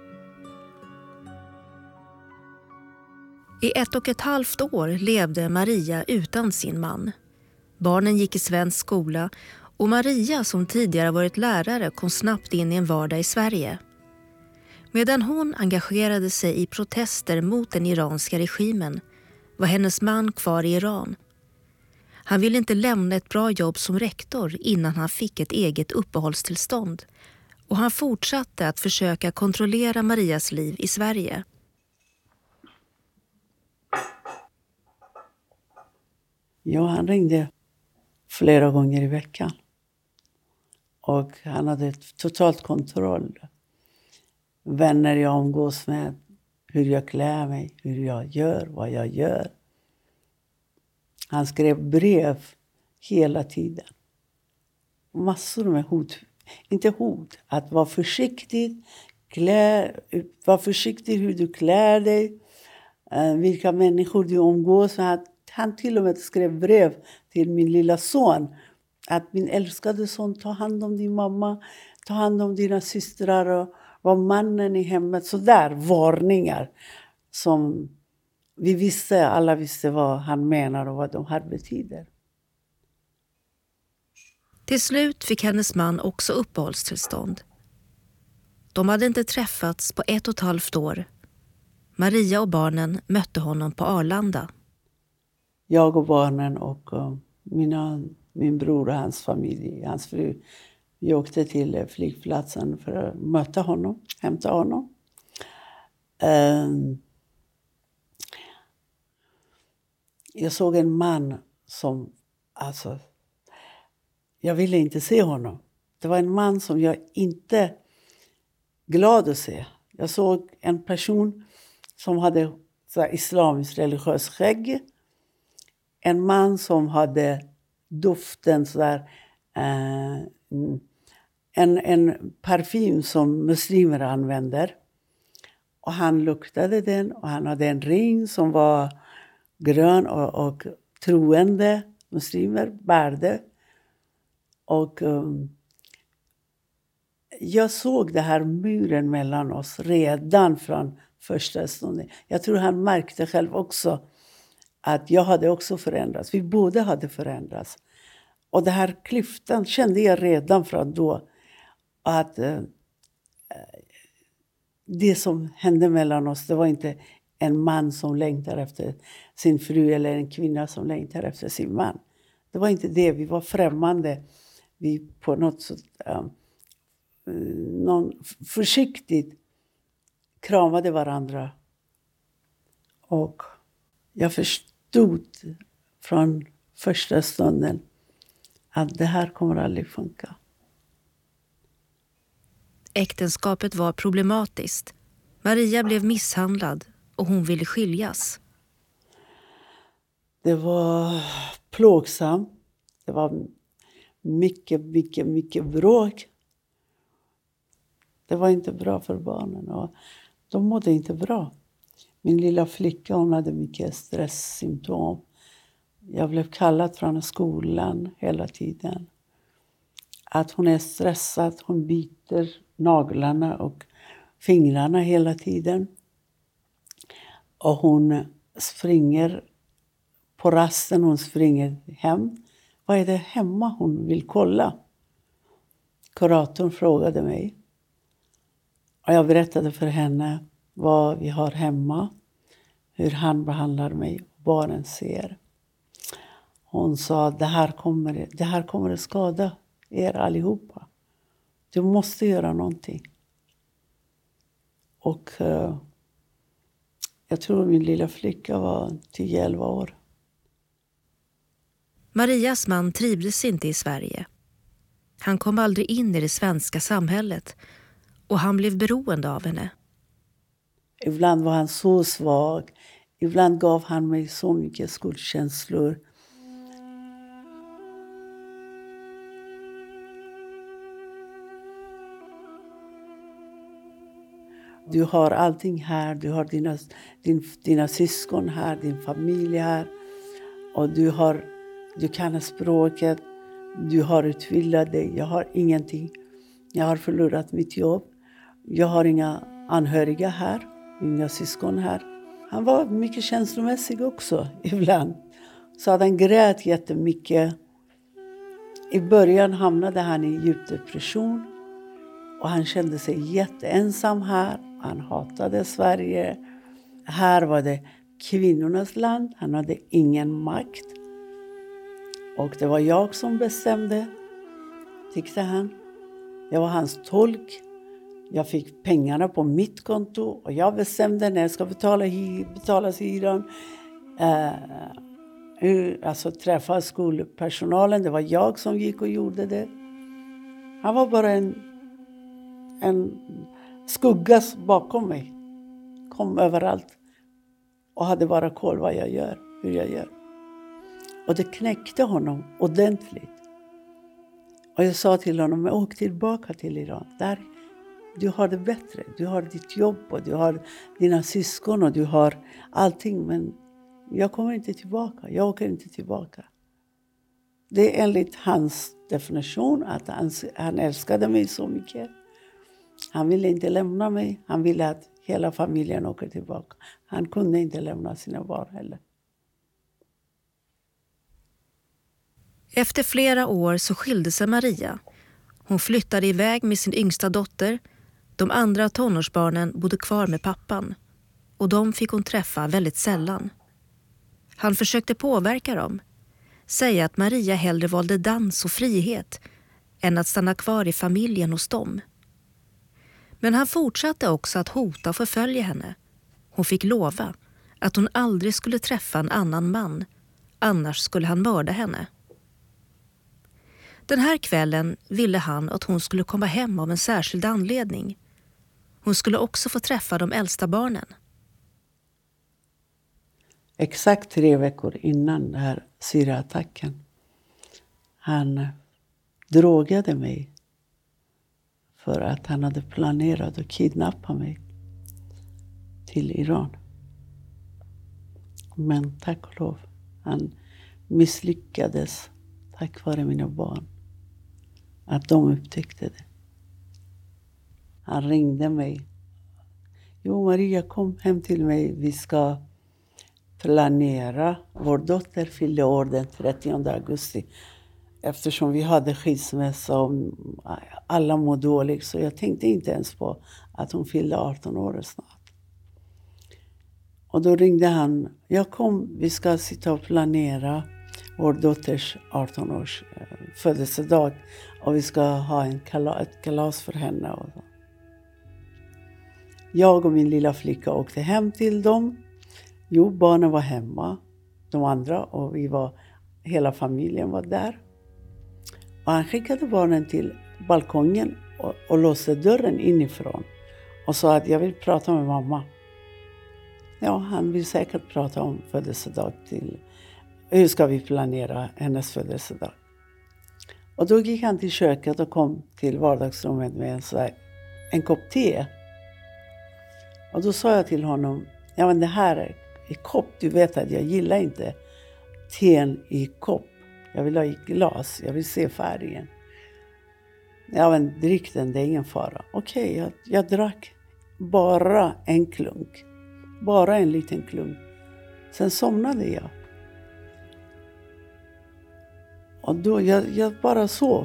I 1,5 år levde Maria utan sin man. Barnen gick i svensk skola och Maria, som tidigare varit lärare, kom snabbt in i en vardag i Sverige. Medan hon engagerade sig i protester mot den iranska regimen var hennes man kvar i Iran. Han ville inte lämna ett bra jobb som rektor innan han fick ett eget uppehållstillstånd. Och han fortsatte att försöka kontrollera Marias liv i Sverige. Ja, han ringde flera gånger i veckan. Och han hade totalt kontroll. Vänner jag umgås med, hur jag klär mig, hur jag gör, vad jag gör. Han skrev brev hela tiden. Massor med hot. Inte hot, att vara försiktig. Var försiktig hur du klär dig. Vilka människor du umgås med. Han till och med skrev brev till min lilla son. Att min älskade son, ta hand om din mamma. Ta hand om dina systrar och var mannen i hemmet. Så där varningar som alla visste vad han menar och vad de här betyder. Till slut fick hennes man också uppehållstillstånd. De hade inte träffats på 1,5 år. Maria och barnen mötte honom på Arlanda. Jag och barnen och min bror och hans familj, hans fru, Vi åkte till flygplatsen för att möta honom, hämta honom. Jag såg en man som, alltså, jag ville inte se honom. Det var en man som jag inte glad att se. Jag såg en person som hade så här islamisk religiös skägg. En man som hade doften så där, en parfym som muslimer använder. Och han luktade den och han hade en ring som var grön och troende muslimer bärde. Och jag såg det här muren mellan oss redan från första stunden. Jag tror han märkte själv också att jag hade också förändrats. Vi båda hade förändrats. Och det här klyftan kände jag redan från då. Att det som hände mellan oss, det var inte en man som längtar efter sin fru eller en kvinna som längtar efter sin man. Det var inte det, vi var främmande. Vi på något sätt försiktigt kramade varandra. Och jag förstod från första stunden att det här kommer aldrig funka. Äktenskapet var problematiskt. Maria blev misshandlad och hon ville skiljas. Det var plågsamt. Det var mycket bråk. Det var inte bra för barnen och de mådde inte bra. Min lilla flicka, hon hade mycket stresssymptom. Jag blev kallad från skolan hela tiden. Att hon är stressad, hon biter naglarna och fingrarna hela tiden. Och hon springer på rasten, hon springer hem. Vad är det hemma hon vill kolla? Kuratorn frågade mig. Och jag berättade för henne vad vi har hemma. Hur han behandlar mig. Barnen ser. Hon sa, det här kommer att skada er allihopa. Du måste göra någonting. Och jag tror min lilla flicka var 10-11 år. Marias man trivdes inte i Sverige. Han kom aldrig in i det svenska samhället och han blev beroende av henne. Ibland var han så svag. Ibland gav han mig så mycket skuldkänslor. Du har allting här. Du har dina syskon här, din familj här. Och du kan språket. Du har utbildat dig. Jag har ingenting. Jag har förlorat mitt jobb. Jag har inga anhöriga här. Inga syskon här. Han var mycket känslomässig också ibland. Så att han grät jättemycket. I början hamnade han i djup depression. Och han kände sig jätteensam här. Han hatade Sverige. Här var det kvinnornas land. Han hade ingen makt. Och det var jag som bestämde, tyckte han. Jag var hans tolk. Jag fick pengarna på mitt konto. Och jag bestämde när jag ska betala hyran. Alltså träffa skolpersonalen. Det var jag som gick och gjorde det. Han var bara en skugga bakom mig. Kom överallt. Och hade bara koll vad jag gör. Hur jag gör. Och det knäckte honom ordentligt. Och jag sa till honom, åk tillbaka till Iran. Där du har det bättre. Du har ditt jobb och du har dina syskon och du har allting. Men jag kommer inte tillbaka. Jag åker inte tillbaka. Det är enligt hans definition att han älskade mig så mycket. Han ville inte lämna mig. Han ville att hela familjen åker tillbaka. Han kunde inte lämna sina barn heller. Efter flera år så skilde sig Maria. Hon flyttade iväg med sin yngsta dotter. De andra tonårsbarnen bodde kvar med pappan. Och de fick hon träffa väldigt sällan. Han försökte påverka dem. Säga att Maria hellre valde dans och frihet än att stanna kvar i familjen hos dem. Men han fortsatte också att hota och förfölja henne. Hon fick lova att hon aldrig skulle träffa en annan man, annars skulle han mörda henne. Den här kvällen ville han att hon skulle komma hem av en särskild anledning. Hon skulle också få träffa de äldsta barnen. Exakt 3 veckor innan den här Syriaattacken. Han drogade mig för att han hade planerat att kidnappa mig till Iran. Men tack och lov, han misslyckades tack vare mina barn. Att de upptäckte det. Han ringde mig. Jo, Maria, kom hem till mig. Vi ska planera. Vår dotter fyllde år den 30 augusti. Eftersom vi hade skilsmässa och alla må dåligt. Så jag tänkte inte ens på att hon fyllde 18 år snart. Och då ringde han. Jag kom, vi ska sitta och planera vår dotters 18-års födelsedag. Och vi ska ha ett kalas för henne. Och så. Jag och min lilla flicka åkte hem till dem. Jo, barnen var hemma. De andra och hela familjen var där. Och han skickade barnen till balkongen och låste dörren inifrån. Och sa att jag vill prata med mamma. Ja, han vill säkert prata om födelsedag till. Hur ska vi planera hennes födelsedag? Och då gick han till köket och kom till vardagsrummet med en kopp te. Och då sa jag till honom, ja men det här är i kopp. Du vet att jag gillar inte teen i kopp. Jag vill ha i glas, jag vill se färgen. Ja men drick den, det är ingen fara. Okej, jag drack bara en klunk. Bara en liten klunk. Sen somnade jag. Och då, jag bara sov.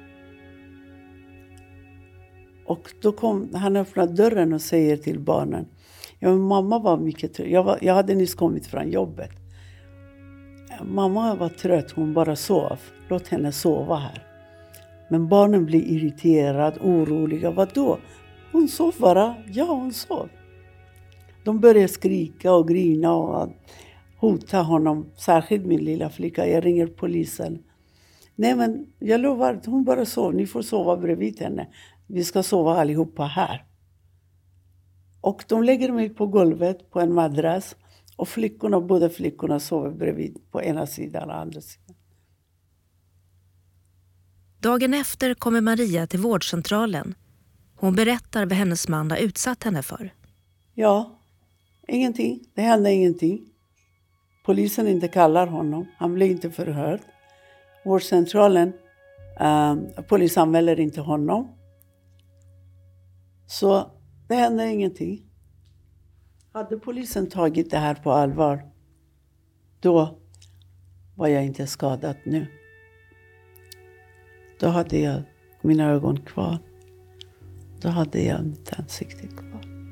Och då kom han öppnade dörren och säger till barnen. Ja, men mamma var mycket trött. Jag hade nyss kommit från jobbet. Mamma var trött, hon bara sov. Låt henne sova här. Men barnen blir irriterade, oroliga. Vadå? Hon sov bara. Ja, hon sov. De började skrika och grina och hota honom. Särskilt min lilla flicka. Jag ringer polisen. Nej men jag lovar att hon bara sov. Ni får sova bredvid henne. Vi ska sova allihopa här. Och de lägger mig på golvet på en madrass. Och båda flickorna sover bredvid på ena sidan och andra sidan. Dagen efter kommer Maria till vårdcentralen. Hon berättar vad hennes man har utsatt henne för. Ja, ingenting. Det hände ingenting. Polisen inte kallar honom. Han blir inte förhörd. Vårdcentralen polisanmäler inte honom. Så det hände ingenting. Hade polisen tagit det här på allvar, då var jag inte skadad nu. Då hade jag mina ögon kvar. Då hade jag mitt ansikte kvar.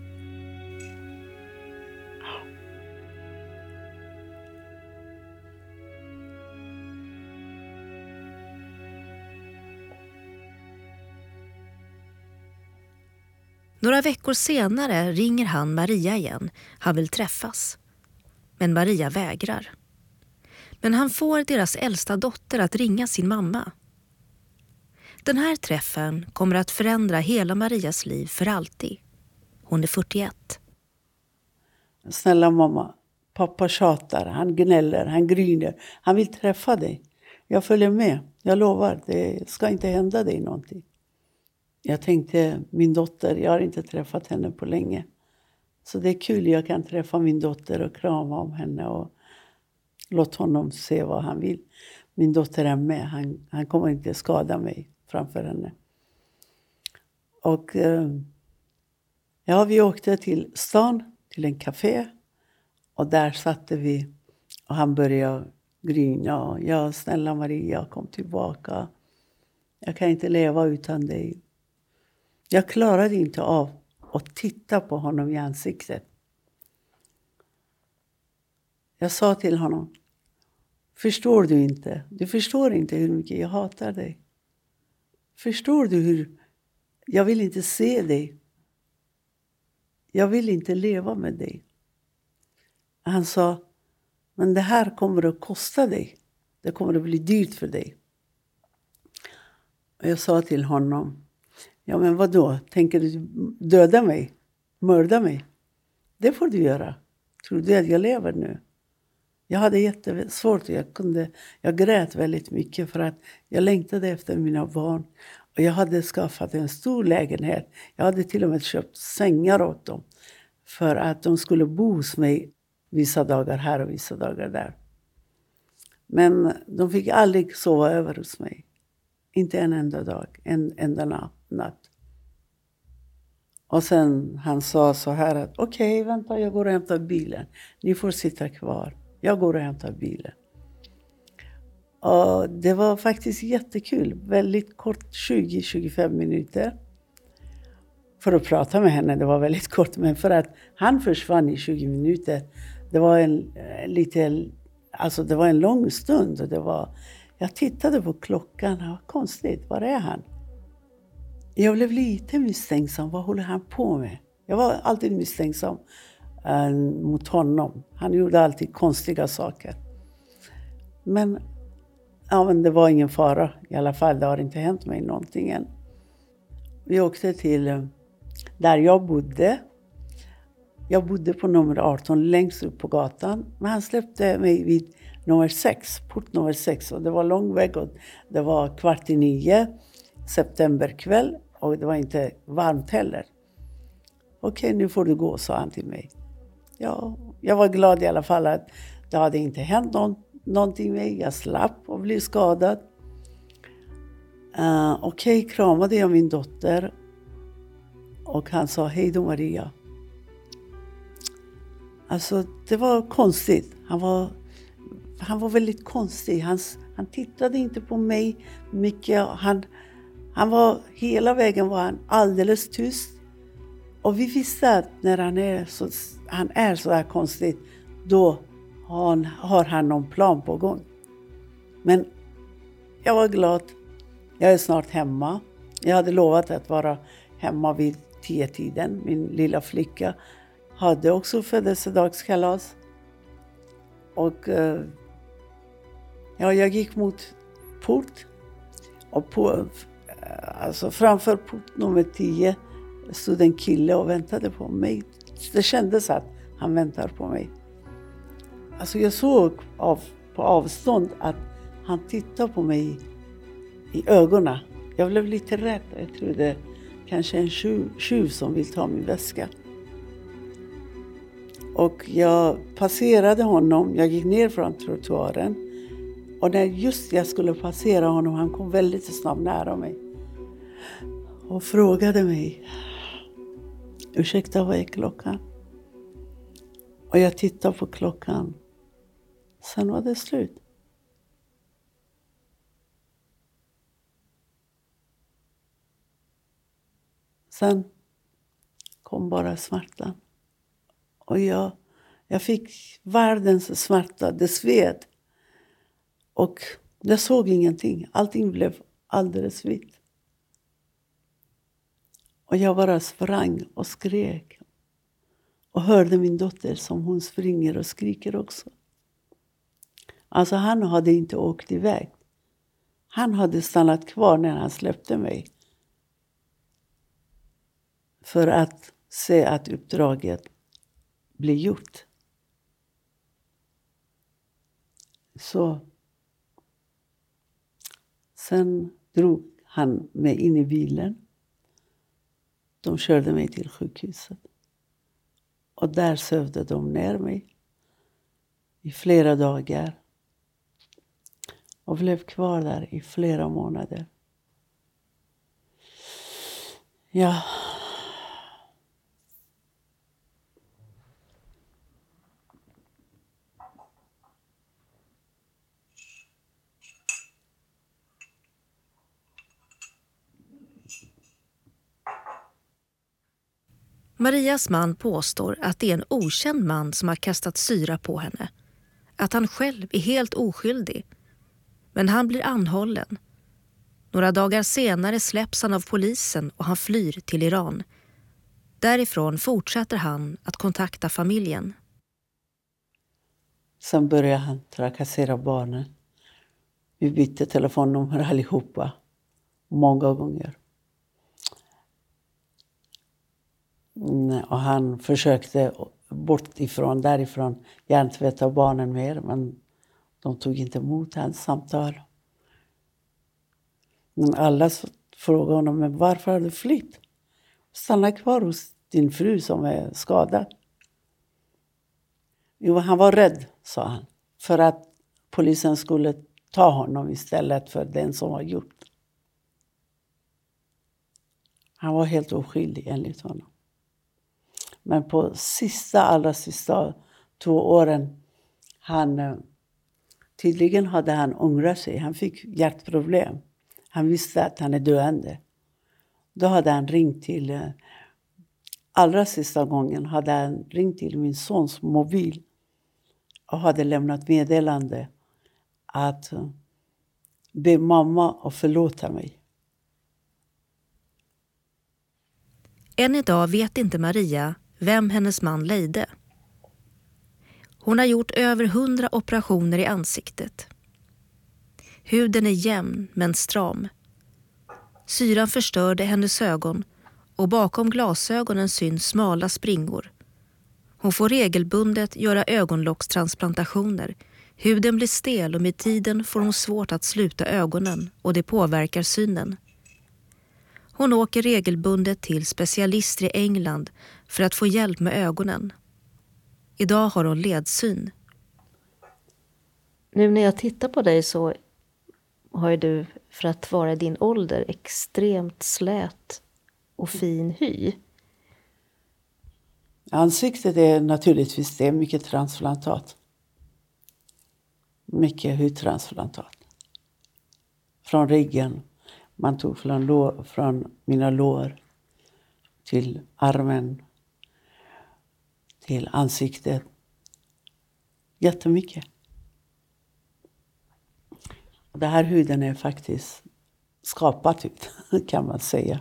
Några veckor senare ringer han Maria igen. Han vill träffas. Men Maria vägrar. Men han får deras äldsta dotter att ringa sin mamma. Den här träffen kommer att förändra hela Marias liv för alltid. Hon är 41. Snälla mamma, pappa tjatar, han gnäller, han gryner. Han vill träffa dig. Jag följer med, jag lovar, det ska inte hända dig någonting. Jag tänkte, min dotter, jag har inte träffat henne på länge. Så det är kul, jag kan träffa min dotter och krama om henne och låta honom se vad han vill. Min dotter är med, han kommer inte skada mig framför henne. Och vi åkte till stan, till en café. Och där satte vi och han började grina. Ja, snälla Maria, kom tillbaka. Jag kan inte leva utan dig. Jag klarade inte av att titta på honom i ansiktet. Jag sa till honom, förstår du inte? Du förstår inte hur mycket jag hatar dig. Förstår du hur jag vill inte se dig. Jag vill inte leva med dig. Han sa, men det här kommer att kosta dig. Det kommer att bli dyrt för dig. Och jag sa till honom, ja men vadå? Tänker du döda mig? Mörda mig? Det får du göra. Tror du att jag lever nu? Jag hade jättesvårt. Jag grät väldigt mycket för att jag längtade efter mina barn. Och jag hade skaffat en stor lägenhet. Jag hade till och med köpt sängar åt dem. För att de skulle bo hos mig vissa dagar här och vissa dagar där. Men de fick aldrig sova över hos mig. Inte en enda dag, en enda natt. Och sen han sa så här att okej, vänta, jag går och hämtar bilen. Ni får sitta kvar. Jag går och hämtar bilen. Och det var faktiskt jättekul. Väldigt kort, 20-25 minuter. För att prata med henne, det var väldigt kort. Men för att han försvann i 20 minuter. Det var det var en lång stund. Och jag tittade på klockan. Det var konstigt, var är han? Jag blev lite misstänksam. Vad håller han på med? Jag var alltid misstänksam mot honom. Han gjorde alltid konstiga saker. Men det var ingen fara. I alla fall, det har inte hänt mig någonting än. Vi åkte till där jag bodde. Jag bodde på nummer 18 längst upp på gatan. Men han släppte mig vid nummer 6, port nummer 6. Och det var lång väg och det var 8:45 septemberkväll. Och det var inte varmt heller. Okej, nu får du gå, sa han till mig. Ja, jag var glad i alla fall att det hade inte hänt någonting med mig. Jag slapp och blev skadad. Okej, kramade jag min dotter. Och han sa, hej då Maria. Alltså, det var konstigt. Han var väldigt konstig. Han tittade inte på mig mycket. Hela vägen var han alldeles tyst. Och vi visste att när han är så här konstigt, då har han någon plan på gång. Men jag var glad. Jag är snart hemma. Jag hade lovat att vara hemma vid 10-tiden. Min lilla flicka hade också födelsedagskalas. Och jag gick mot port. Och framför port nummer 10 stod en kille och väntade på mig. Det kändes att han väntade på mig. Alltså jag såg på avstånd att han tittade på mig i ögonen. Jag blev lite rädd. Jag trodde kanske en tjuv som vill ta min väska. Och jag passerade honom. Jag gick ner från trottoaren. Och när just jag skulle passera honom, han kom väldigt snabbt nära mig. Och frågade mig, ursäkta, vad är klockan? Och jag tittade på klockan. Sen var det slut. Sen kom bara smärtan. Och jag fick världens smärta. Det sved. Och jag såg ingenting. Allting blev alldeles vitt. Och jag bara sprang och skrek. Och hörde min dotter som hon springer och skriker också. Alltså han hade inte åkt iväg. Han hade stannat kvar när han släppte mig. För att se att uppdraget blir gjort. Så sen drog han mig in i bilen. De körde mig till sjukhuset. Och där sövde de ner mig i flera dagar. Och blev kvar där i flera månader. Ja. Marias man påstår att det är en okänd man som har kastat syra på henne. Att han själv är helt oskyldig. Men han blir anhållen. Några dagar senare släpps han av polisen och han flyr till Iran. Därifrån fortsätter han att kontakta familjen. Sen började han trakassera barnen. Vi bytte telefonnummer allihopa. Många gånger. Och han försökte därifrån hjärntvätta barnen mer. Men de tog inte emot hans samtal. Men alla frågade honom, men varför har du flytt? Stanna kvar hos din fru som är skadad. Jo, han var rädd, sa han. För att polisen skulle ta honom istället för den som har gjort. Han var helt oskyldig enligt honom. Men på allra sista 2 åren, tydligen hade han ångrat sig. Han fick hjärtproblem. Han visste att han är döende. Då hade han ringt till, allra sista gången hade han ringt till min sons mobil. Och hade lämnat meddelande att be mamma att förlåta mig. Än idag vet inte Maria vem hennes man Leide. Hon har gjort över 100 operationer i ansiktet. Huden är jämn men stram. Syran förstörde hennes ögon och bakom glasögonen syns smala springor. Hon får regelbundet göra ögonlockstransplantationer. Huden blir stel och med tiden får hon svårt att sluta ögonen och det påverkar synen. Hon åker regelbundet till specialister i England för att få hjälp med ögonen. Idag har hon ledsyn. Nu när jag tittar på dig så har ju du, för att vara i din ålder, extremt slät och fin hy. Ansiktet är naturligtvis det är mycket transplantat. Mycket hudtransplantat. Från ryggen. Man tog från mina lår till armen, till ansiktet. Jättemycket. Det här huden är faktiskt skapat ut, kan man säga.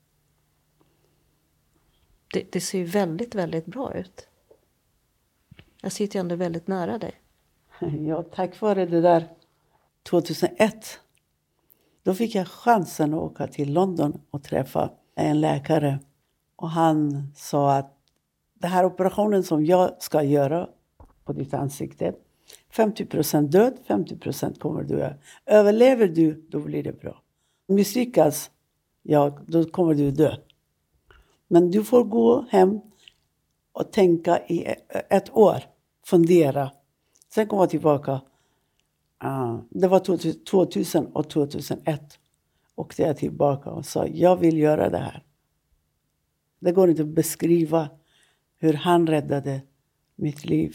Det ser ju väldigt, väldigt bra ut. Jag sitter ju ändå väldigt nära dig. Ja, tack vare det där 2001. Då fick jag chansen att åka till London och träffa en läkare. Och han sa att den här operationen som jag ska göra på ditt ansikte, 50% död, 50% kommer du. Överlever du, då blir det bra. Misslyckas, ja, då kommer du dö. Men du får gå hem och tänka i 1 år, fundera. Sen komma tillbaka. Det var 2000 och 2001. Åkte jag tillbaka och sa, jag vill göra det här. Det går inte att beskriva hur han räddade mitt liv.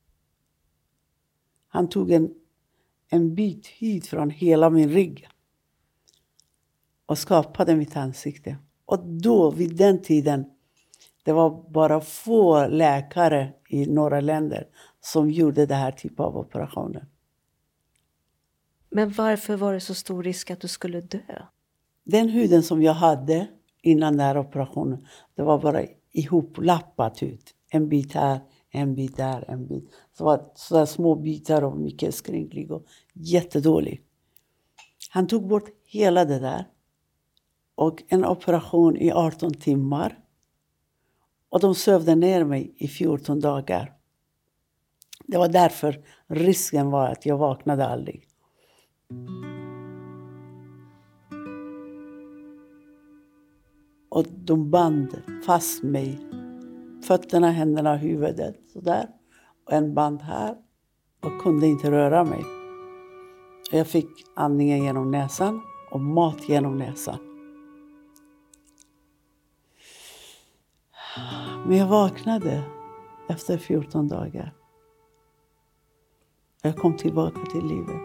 Han tog en bit hit från hela min rygg. Och skapade mitt ansikte. Och då, vid den tiden, det var bara få läkare i några länder som gjorde det här typen av operationer. Men varför var det så stor risk att du skulle dö? Den huden som jag hade innan den här operationen, det var bara ihoplappat ut. En bit här, en bit där, en bit. Så var sådär små bitar och mycket skrynklig och jättedålig. Han tog bort hela det där. Och en operation i 18 timmar. Och de sövde ner mig i 14 dagar. Det var därför risken var att jag vaknade aldrig. Och de band fast mig. Fötterna, händerna, huvudet. Sådär. Och en band här. Och kunde inte röra mig. Jag fick andningen genom näsan. Och mat genom näsan. Men jag vaknade efter 14 dagar. Jag kom tillbaka till livet.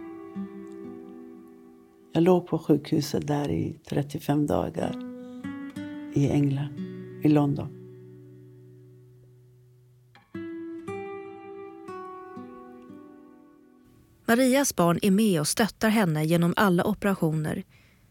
Jag låg på sjukhuset där i 35 dagar. I England, i London. Marias barn är med och stöttar henne genom alla operationer.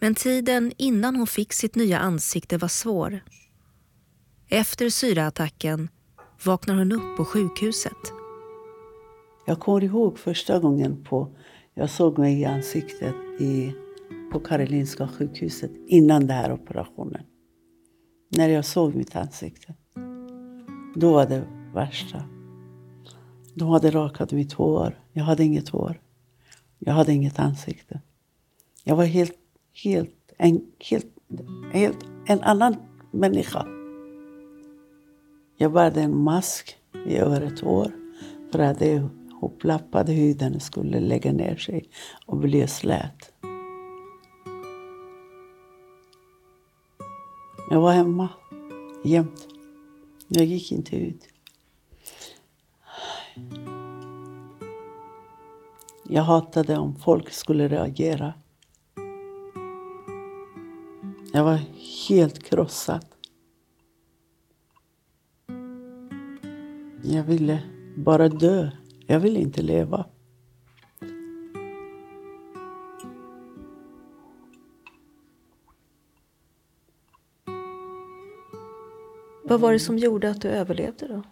Men tiden innan hon fick sitt nya ansikte var svår. Efter syraattacken vaknar hon upp på sjukhuset. Jag kommer ihåg första gången jag såg mig i ansiktet på Karolinska sjukhuset innan den här operationen. När jag såg mitt ansikte. Då var det värsta. De hade rakat mitt hår. Jag hade inget hår. Jag hade inget ansikte. Jag var en annan människa. Jag bärde en mask i över ett år. För att det hopplappade huden skulle lägga ner sig och bli slät. Jag var hemma jämt. Jag gick inte ut. Jag hatade om folk skulle reagera. Jag var helt krossad. Jag ville bara dö. Jag ville inte leva. Vad var det som gjorde att du överlevde då?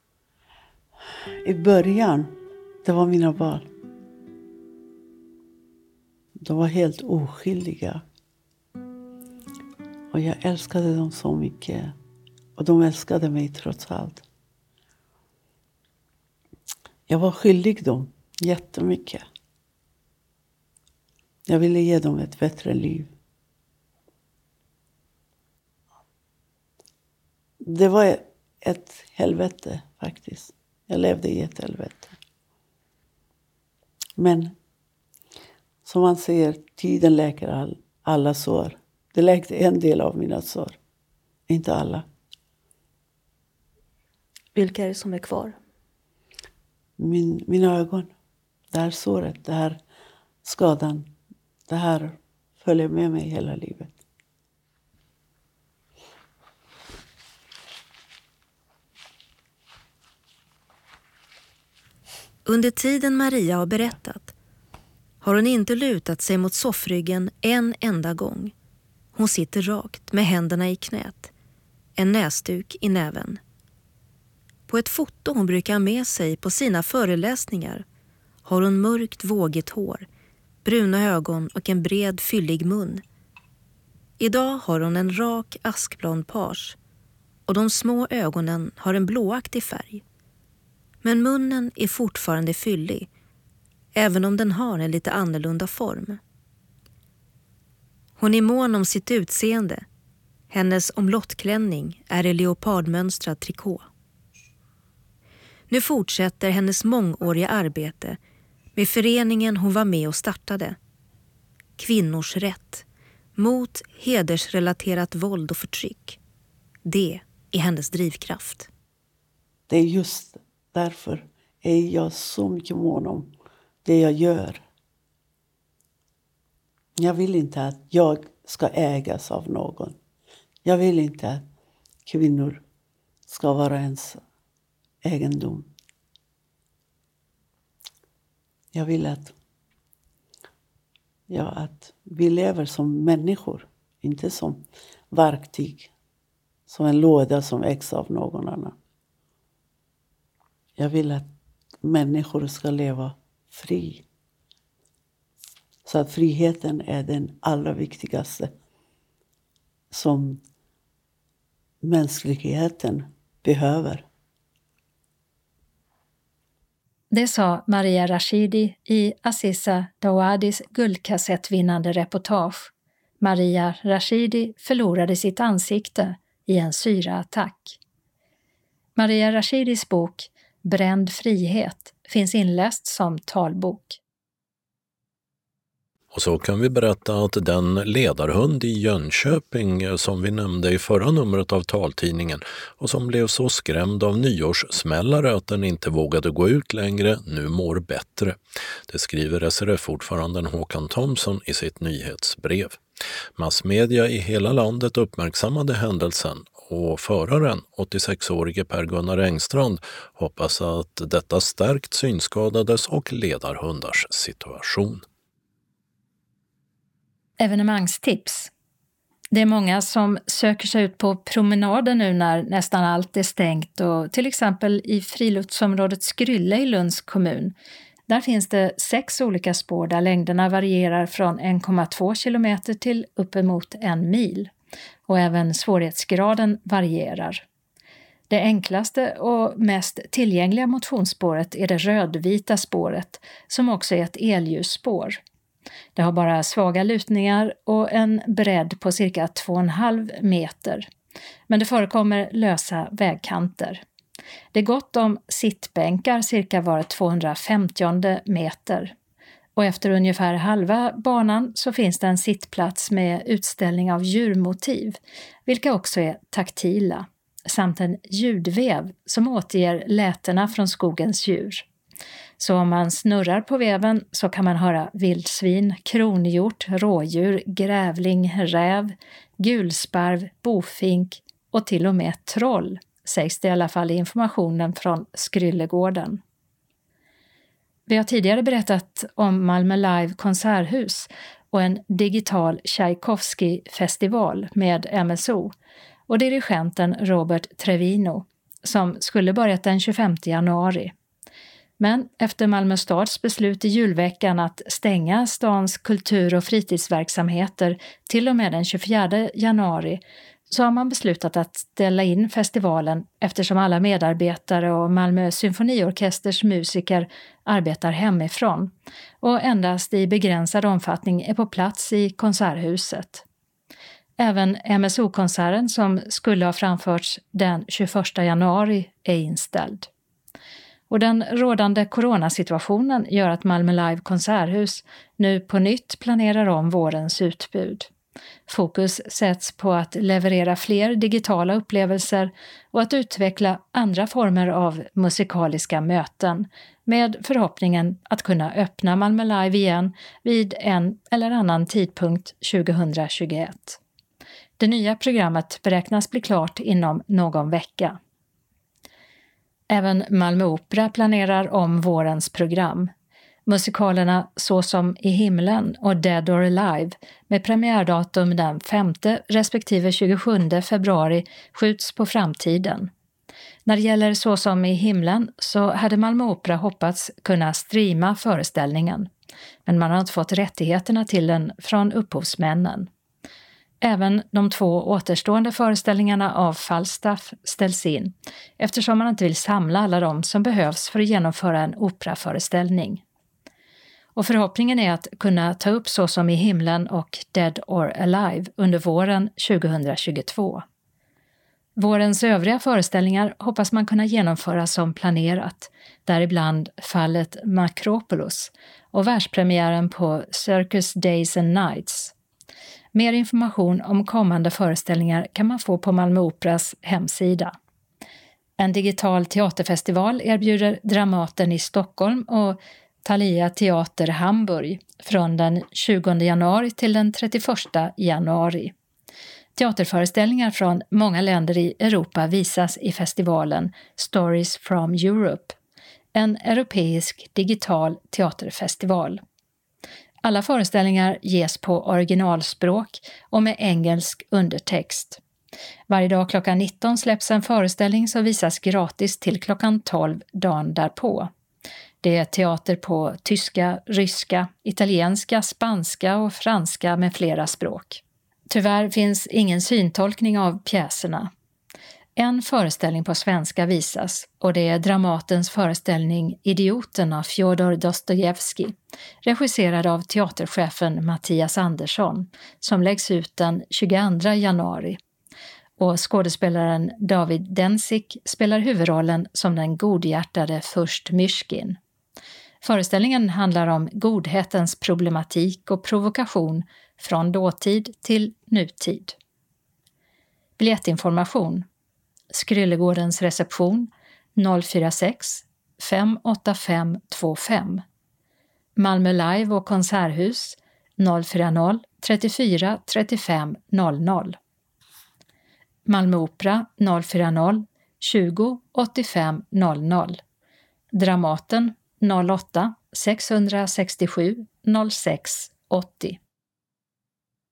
I början, det var mina barn. De var helt oskyldiga. Och jag älskade dem så mycket. Och de älskade mig trots allt. Jag var skyldig dem jättemycket. Jag ville ge dem ett bättre liv. Det var ett helvete faktiskt. Jag levde i ett helvete. Men som man säger, tiden läker alla sår. Det läkte en del av mina sår. Inte alla. Vilka är det som är kvar? Mina ögon. Det här såret, det här skadan. Det här följer med mig hela livet. Under tiden Maria har berättat har hon inte lutat sig mot soffryggen en enda gång. Hon sitter rakt med händerna i knät, en näsduk i näven. På ett foto hon brukar ha med sig på sina föreläsningar har hon mörkt vågigt hår, bruna ögon och en bred fyllig mun. Idag har hon en rak askblond page och de små ögonen har en blåaktig färg. Men munnen är fortfarande fyllig, även om den har en lite annorlunda form. Hon är mån om sitt utseende. Hennes omlottklänning är i leopardmönstrad trikå. Nu fortsätter hennes mångåriga arbete med föreningen hon var med och startade. Kvinnors rätt mot hedersrelaterat våld och förtryck. Det är hennes drivkraft. Det är just därför är jag så mycket mån om det jag gör. Jag vill inte att jag ska ägas av någon. Jag vill inte att kvinnor ska vara ens egendom. Jag vill att vi lever som människor, inte som verktyg, som en låda som ägs av någon annan. Jag vill att människor ska leva fri. Så att friheten är den allra viktigaste som mänskligheten behöver. Det sa Maria Rashidi i Aziza Dawadis guldkassettvinnande reportage. Maria Rashidi förlorade sitt ansikte i en syraattack. Maria Rashidis bok Bränd frihet finns inläst som talbok. Och så kan vi berätta att den ledarhund i Jönköping som vi nämnde i förra numret av taltidningen och som blev så skrämd av nyårssmällare att den inte vågade gå ut längre nu mår bättre. Det skriver SRF-ordföranden Håkan Thomsson i sitt nyhetsbrev. Massmedia i hela landet uppmärksammade händelsen och föraren, 86-årige Per-Gunnar Engstrand, hoppas att detta stärkt synskadades och ledarhundars situation. Evenemangstips. Det är många som söker sig ut på promenader nu när nästan allt är stängt och till exempel i friluftsområdet Skrylle i Lunds kommun. Där finns det 6 olika spår där längderna varierar från 1,2 kilometer till uppemot 1 mil. Och även svårighetsgraden varierar. Det enklaste och mest tillgängliga motionsspåret är det rödvita spåret som också är ett elljusspår. Det har bara svaga lutningar och en bredd på cirka 2,5 meter. Men det förekommer lösa vägkanter. Det är gott om sittbänkar cirka var 250 meter. Och efter ungefär halva banan så finns det en sittplats med utställning av djurmotiv, vilka också är taktila, samt en ljudväv som återger lätena från skogens djur. Så om man snurrar på väven så kan man höra vildsvin, kronhjort, rådjur, grävling, räv, gulsparv, bofink och till och med troll, sägs det i alla fall i informationen från Skryllegården. Vi har tidigare berättat om Malmö Live konserthus och en digital Tchaikovsky-festival med MSO och dirigenten Robert Trevino som skulle börjat den 25 januari. Men efter Malmö stads beslut i julveckan att stänga stans kultur- och fritidsverksamheter till och med den 24 januari så har man beslutat att ställa in festivalen eftersom alla medarbetare och Malmö symfoniorkesters musiker arbetar hemifrån och endast i begränsad omfattning är på plats i konserthuset. Även MSO-konserten som skulle ha framförts den 21 januari är inställd. Och den rådande coronasituationen gör att Malmö Live konserthus nu på nytt planerar om vårens utbud. Fokus sätts på att leverera fler digitala upplevelser och att utveckla andra former av musikaliska möten med förhoppningen att kunna öppna Malmö Live igen vid en eller annan tidpunkt 2021. Det nya programmet beräknas bli klart inom någon vecka. Även Malmö Opera planerar om vårens program. Musikalerna Så som i himlen och Dead or Alive med premiärdatum den 5 respektive 27 februari skjuts på framtiden. När det gäller Så som i himlen så hade Malmö Opera hoppats kunna streama föreställningen, men man har inte fått rättigheterna till den från upphovsmännen. Även de 2 återstående föreställningarna av Falstaff ställs in eftersom man inte vill samla alla de som behövs för att genomföra en operaföreställning. Och förhoppningen är att kunna ta upp Så som i himlen och Dead or Alive under våren 2022. Vårens övriga föreställningar hoppas man kunna genomföra som planerat, däribland fallet Macropolis och världspremiären på Circus Days and Nights. Mer information om kommande föreställningar kan man få på Malmö Operas hemsida. En digital teaterfestival erbjuder Dramaten i Stockholm och Thalia Teater Hamburg från den 20 januari till den 31 januari. Teaterföreställningar från många länder i Europa visas i festivalen Stories from Europe, en europeisk digital teaterfestival. Alla föreställningar ges på originalspråk och med engelsk undertext. Varje dag klockan 19 släpps en föreställning som visas gratis till klockan 12 dagen därpå. Det är teater på tyska, ryska, italienska, spanska och franska med flera språk. Tyvärr finns ingen syntolkning av pjäserna. En föreställning på svenska visas och det är Dramatens föreställning Idioten av Fjodor Dostojevskij, regisserad av teaterchefen Mattias Andersson, som läggs ut den 22 januari. Och skådespelaren David Densik spelar huvudrollen som den godhjärtade furst Myshkin. Föreställningen handlar om godhetens problematik och provokation från dåtid till nutid. Biljettinformation: Skryllegårdens reception 046 585 25. Malmö Live och konserthus 040 34 35 00. Malmö Opera 040 20 85 00. Dramaten 08 667 06 80.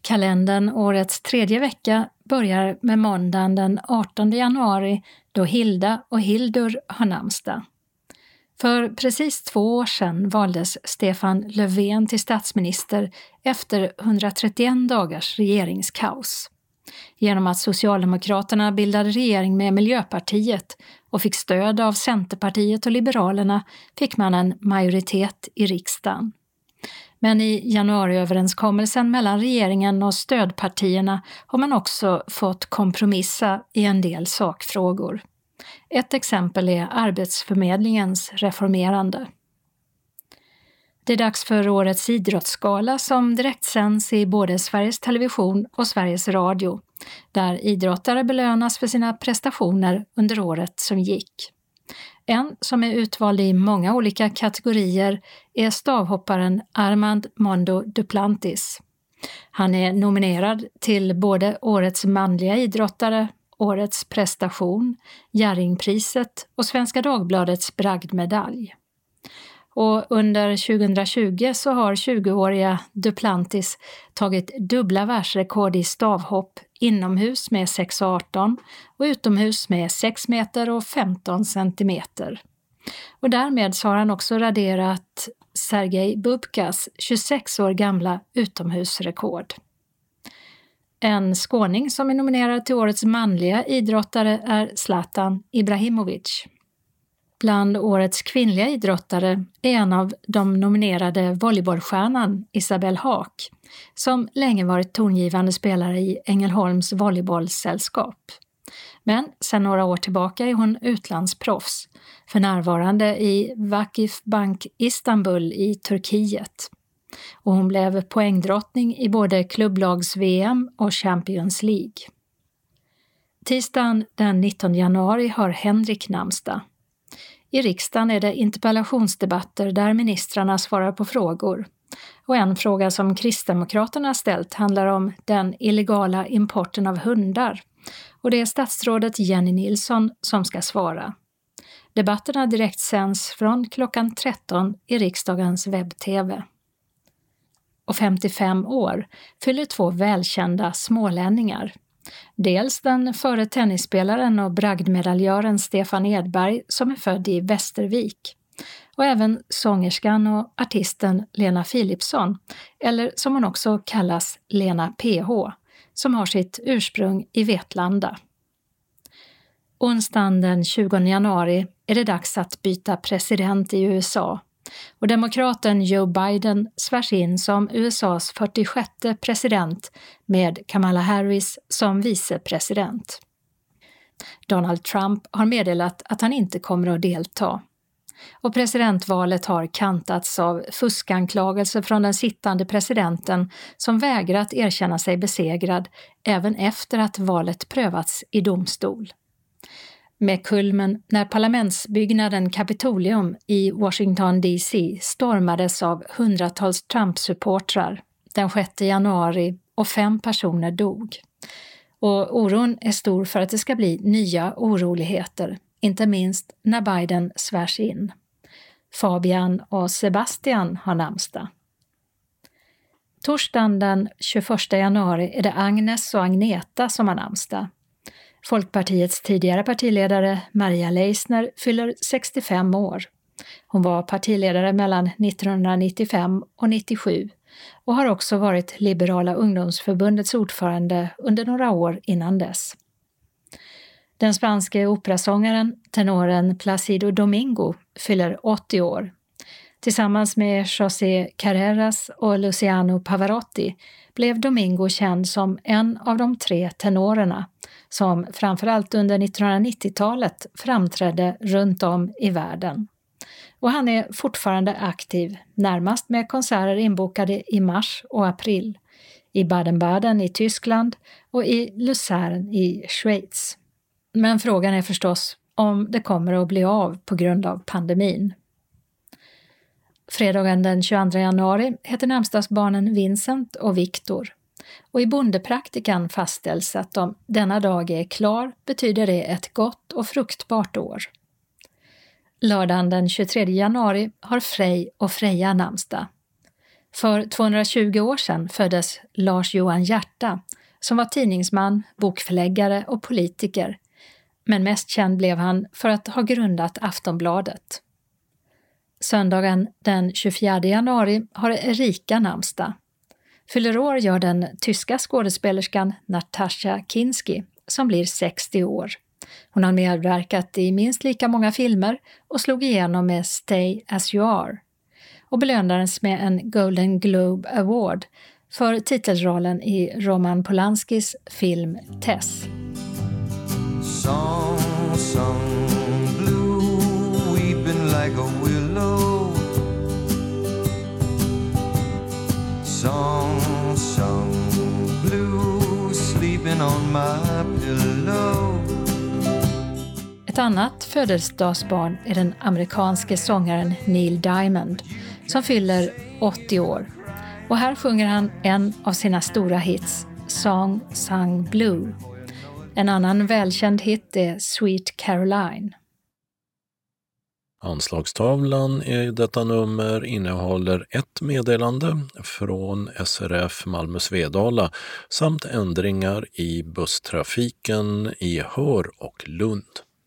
Kalendern årets tredje vecka börjar med måndagen den 18 januari då Hilda och Hildur har namnsdag. För precis 2 år sedan valdes Stefan Löfven till statsminister efter 131 dagars regeringskaos. Genom att Socialdemokraterna bildade regering med Miljöpartiet och fick stöd av Centerpartiet och Liberalerna fick man en majoritet i riksdagen. Men i januariöverenskommelsen mellan regeringen och stödpartierna har man också fått kompromissa i en del sakfrågor. Ett exempel är Arbetsförmedlingens reformerande. Det är dags för årets idrottsgala som direktsänds i både Sveriges Television och Sveriges Radio, där idrottare belönas för sina prestationer under året som gick. En som är utvald i många olika kategorier är stavhopparen Armand Mondo Duplantis. Han är nominerad till både årets manliga idrottare, årets prestation, Jerringpriset och Svenska Dagbladets bragdmedalj. Och under 2020 så har 20-åriga Duplantis tagit dubbla världsrekord i stavhopp inomhus med 6,18 och utomhus med 6 meter och 15 centimeter. Och därmed så har han också raderat Sergej Bubkas 26 år gamla utomhusrekord. En skåning som är nominerad till årets manliga idrottare är Zlatan Ibrahimovic. Bland årets kvinnliga idrottare är en av de nominerade volleybollstjärnan Isabelle Haak, som länge varit tongivande spelare i Ängelholms volleybollsällskap. Men sedan några år tillbaka är hon utlandsproffs, för närvarande i Vakif Bank Istanbul i Turkiet. Och hon blev poängdrottning i både klubblags-VM och Champions League. Tisdagen den 19 januari har Henrik namnsdag. I riksdagen är det interpellationsdebatter där ministrarna svarar på frågor. Och en fråga som Kristdemokraterna ställt handlar om den illegala importen av hundar. Och det är statsrådet Jenny Nilsson som ska svara. Debatterna direkt sänds från klockan 13 i riksdagens webb-tv. Och 55 år fyller 2 välkända smålänningar. Dels den före tennisspelaren och bragdmedaljören Stefan Edberg som är född i Västervik. Och även sångerskan och artisten Lena Philipsson, eller som hon också kallas Lena PH, som har sitt ursprung i Vetlanda. Onsdagen den 20 januari är det dags att byta president i USA. Och demokraten Joe Biden svärs in som USAs 46:e president med Kamala Harris som vicepresident. Donald Trump har meddelat att han inte kommer att delta. Och presidentvalet har kantats av fuskanklagelser från den sittande presidenten som vägrat erkänna sig besegrad även efter att valet prövats i domstol. Med kulmen när parlamentsbyggnaden Capitolium i Washington DC stormades av hundratals Trump-supportrar den 6 januari och 5 personer dog. Och oron är stor för att det ska bli nya oroligheter, inte minst när Biden svärs in. Fabian och Sebastian har namnsdag. Torsdagen den 21 januari är det Agnes och Agneta som har namnsdag. Folkpartiets tidigare partiledare Maria Leisner fyller 65 år. Hon var partiledare mellan 1995 och 97 och har också varit Liberala ungdomsförbundets ordförande under några år innan dess. Den spanske operasångaren, tenoren Placido Domingo, fyller 80 år. Tillsammans med José Carreras och Luciano Pavarotti blev Domingo känd som en av de 3 tenorerna som framförallt under 1990-talet framträdde runt om i världen. Och han är fortfarande aktiv, närmast med konserter inbokade i mars och april, i Baden-Baden i Tyskland och i Luzern i Schweiz. Men frågan är förstås om det kommer att bli av på grund av pandemin. Fredagen den 22 januari heter namnsdagsbarnen Vincent och Viktor. Och i bondepraktikan fastställs att om denna dag är klar betyder det ett gott och fruktbart år. Lördagen den 23 januari har Frej och Freja namnsdag. För 220 år sedan föddes Lars Johan Hierta, som var tidningsman, bokförläggare och politiker. Men mest känd blev han för att ha grundat Aftonbladet. Söndagen den 24 januari har Erika namnsdag. Fyller år gör den tyska skådespelerskan Natasha Kinski, som blir 60 år. Hon har medverkat i minst lika många filmer och slog igenom med Stay As You Are och belönades med en Golden Globe Award för titelrollen i Roman Polanskis film Tess. Song, song, blue, weeping like a willow. Song, song, blue, sleeping on my pillow. Ett annat födelsedagsbarn är den amerikanske sångaren Neil Diamond som fyller 80 år. Och här sjunger han en av sina stora hits, Song Sung Blue. En annan välkänd hit är Sweet Caroline. Anslagstavlan i detta nummer innehåller ett meddelande från SRF Malmö Svedala samt ändringar i busstrafiken i Hör och Lund.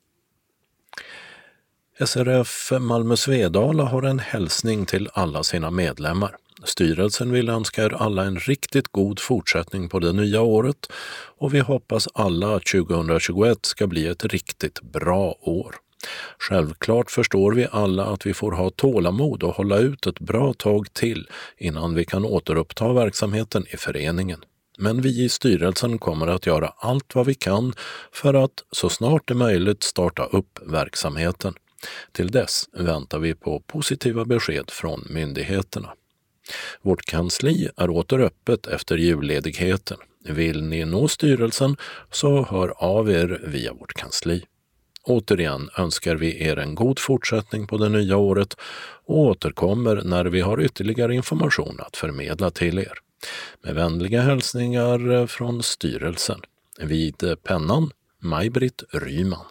SRF Malmö Svedala har en hälsning till alla sina medlemmar. Styrelsen vill önska er alla en riktigt god fortsättning på det nya året och vi hoppas alla att 2021 ska bli ett riktigt bra år. Självklart förstår vi alla att vi får ha tålamod och hålla ut ett bra tag till innan vi kan återuppta verksamheten i föreningen. Men vi i styrelsen kommer att göra allt vad vi kan för att så snart det möjligt starta upp verksamheten. Till dess väntar vi på positiva besked från myndigheterna. Vårt kansli är åter öppet efter julledigheten. Vill ni nå styrelsen så hör av er via vårt kansli. Återigen önskar vi er en god fortsättning på det nya året och återkommer när vi har ytterligare information att förmedla till er. Med vänliga hälsningar från styrelsen. Vid pennan Maj-Britt Ryman.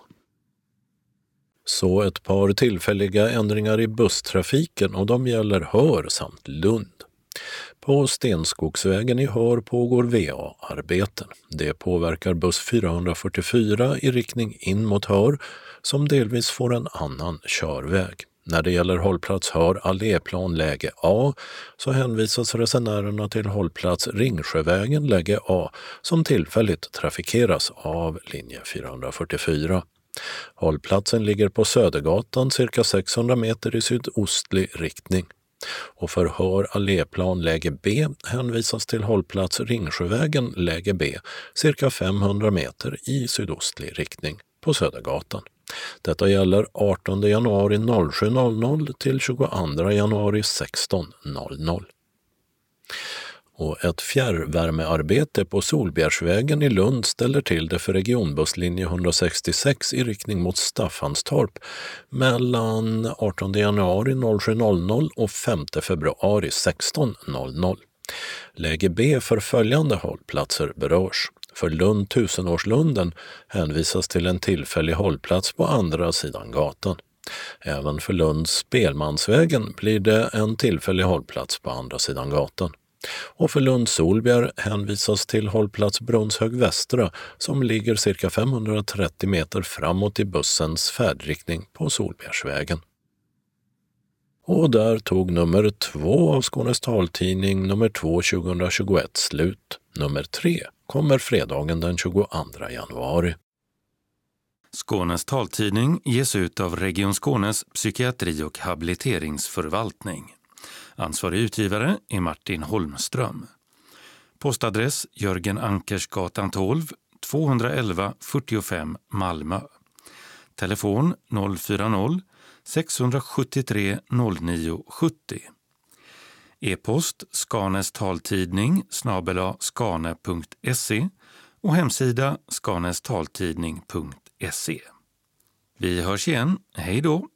Så ett par tillfälliga ändringar i busstrafiken och de gäller Hör samt Lund. På Stenskogsvägen i Hör pågår VA-arbeten. Det påverkar buss 444 i riktning in mot Hör som delvis får en annan körväg. När det gäller hållplats Hör alléplan läge A så hänvisas resenärerna till hållplats Ringsjövägen läge A som tillfälligt trafikeras av linje 444. Hållplatsen ligger på Södergatan cirka 600 meter i sydostlig riktning. Och för Hör alléplan läge B hänvisas till hållplats Ringsjövägen läge B cirka 500 meter i sydostlig riktning på Södergatan. Detta gäller 18 januari 07.00 till 22 januari 16.00. Och ett fjärrvärmearbete på Solbjärsvägen i Lund ställer till det för regionbusslinje 166 i riktning mot Staffanstorp mellan 18 januari 07.00 och 5 februari 16.00. Läge B för följande hållplatser berörs. För Lund 1000-årslunden hänvisas till en tillfällig hållplats på andra sidan gatan. Även för Lunds Spelmansvägen blir det en tillfällig hållplats på andra sidan gatan. Och för Lund Solbjär hänvisas till hållplats Brunshög Västra som ligger cirka 530 meter framåt i bussens färdriktning på Solbjärsvägen. Och där tog nummer 2 av Skånes taltidning nummer 2 2021 slut. Nummer 3 kommer fredagen den 22 januari. Skånes taltidning ges ut av Region Skånes psykiatri- och habiliteringsförvaltning. Ansvarig utgivare är Martin Holmström. Postadress Jörgen Ankersgatan 12, 211 45 Malmö. Telefon 040-673 0970. E-post skanestaltidning @skane.se och hemsida skanestaltidning.se. Vi hörs igen. Hej då!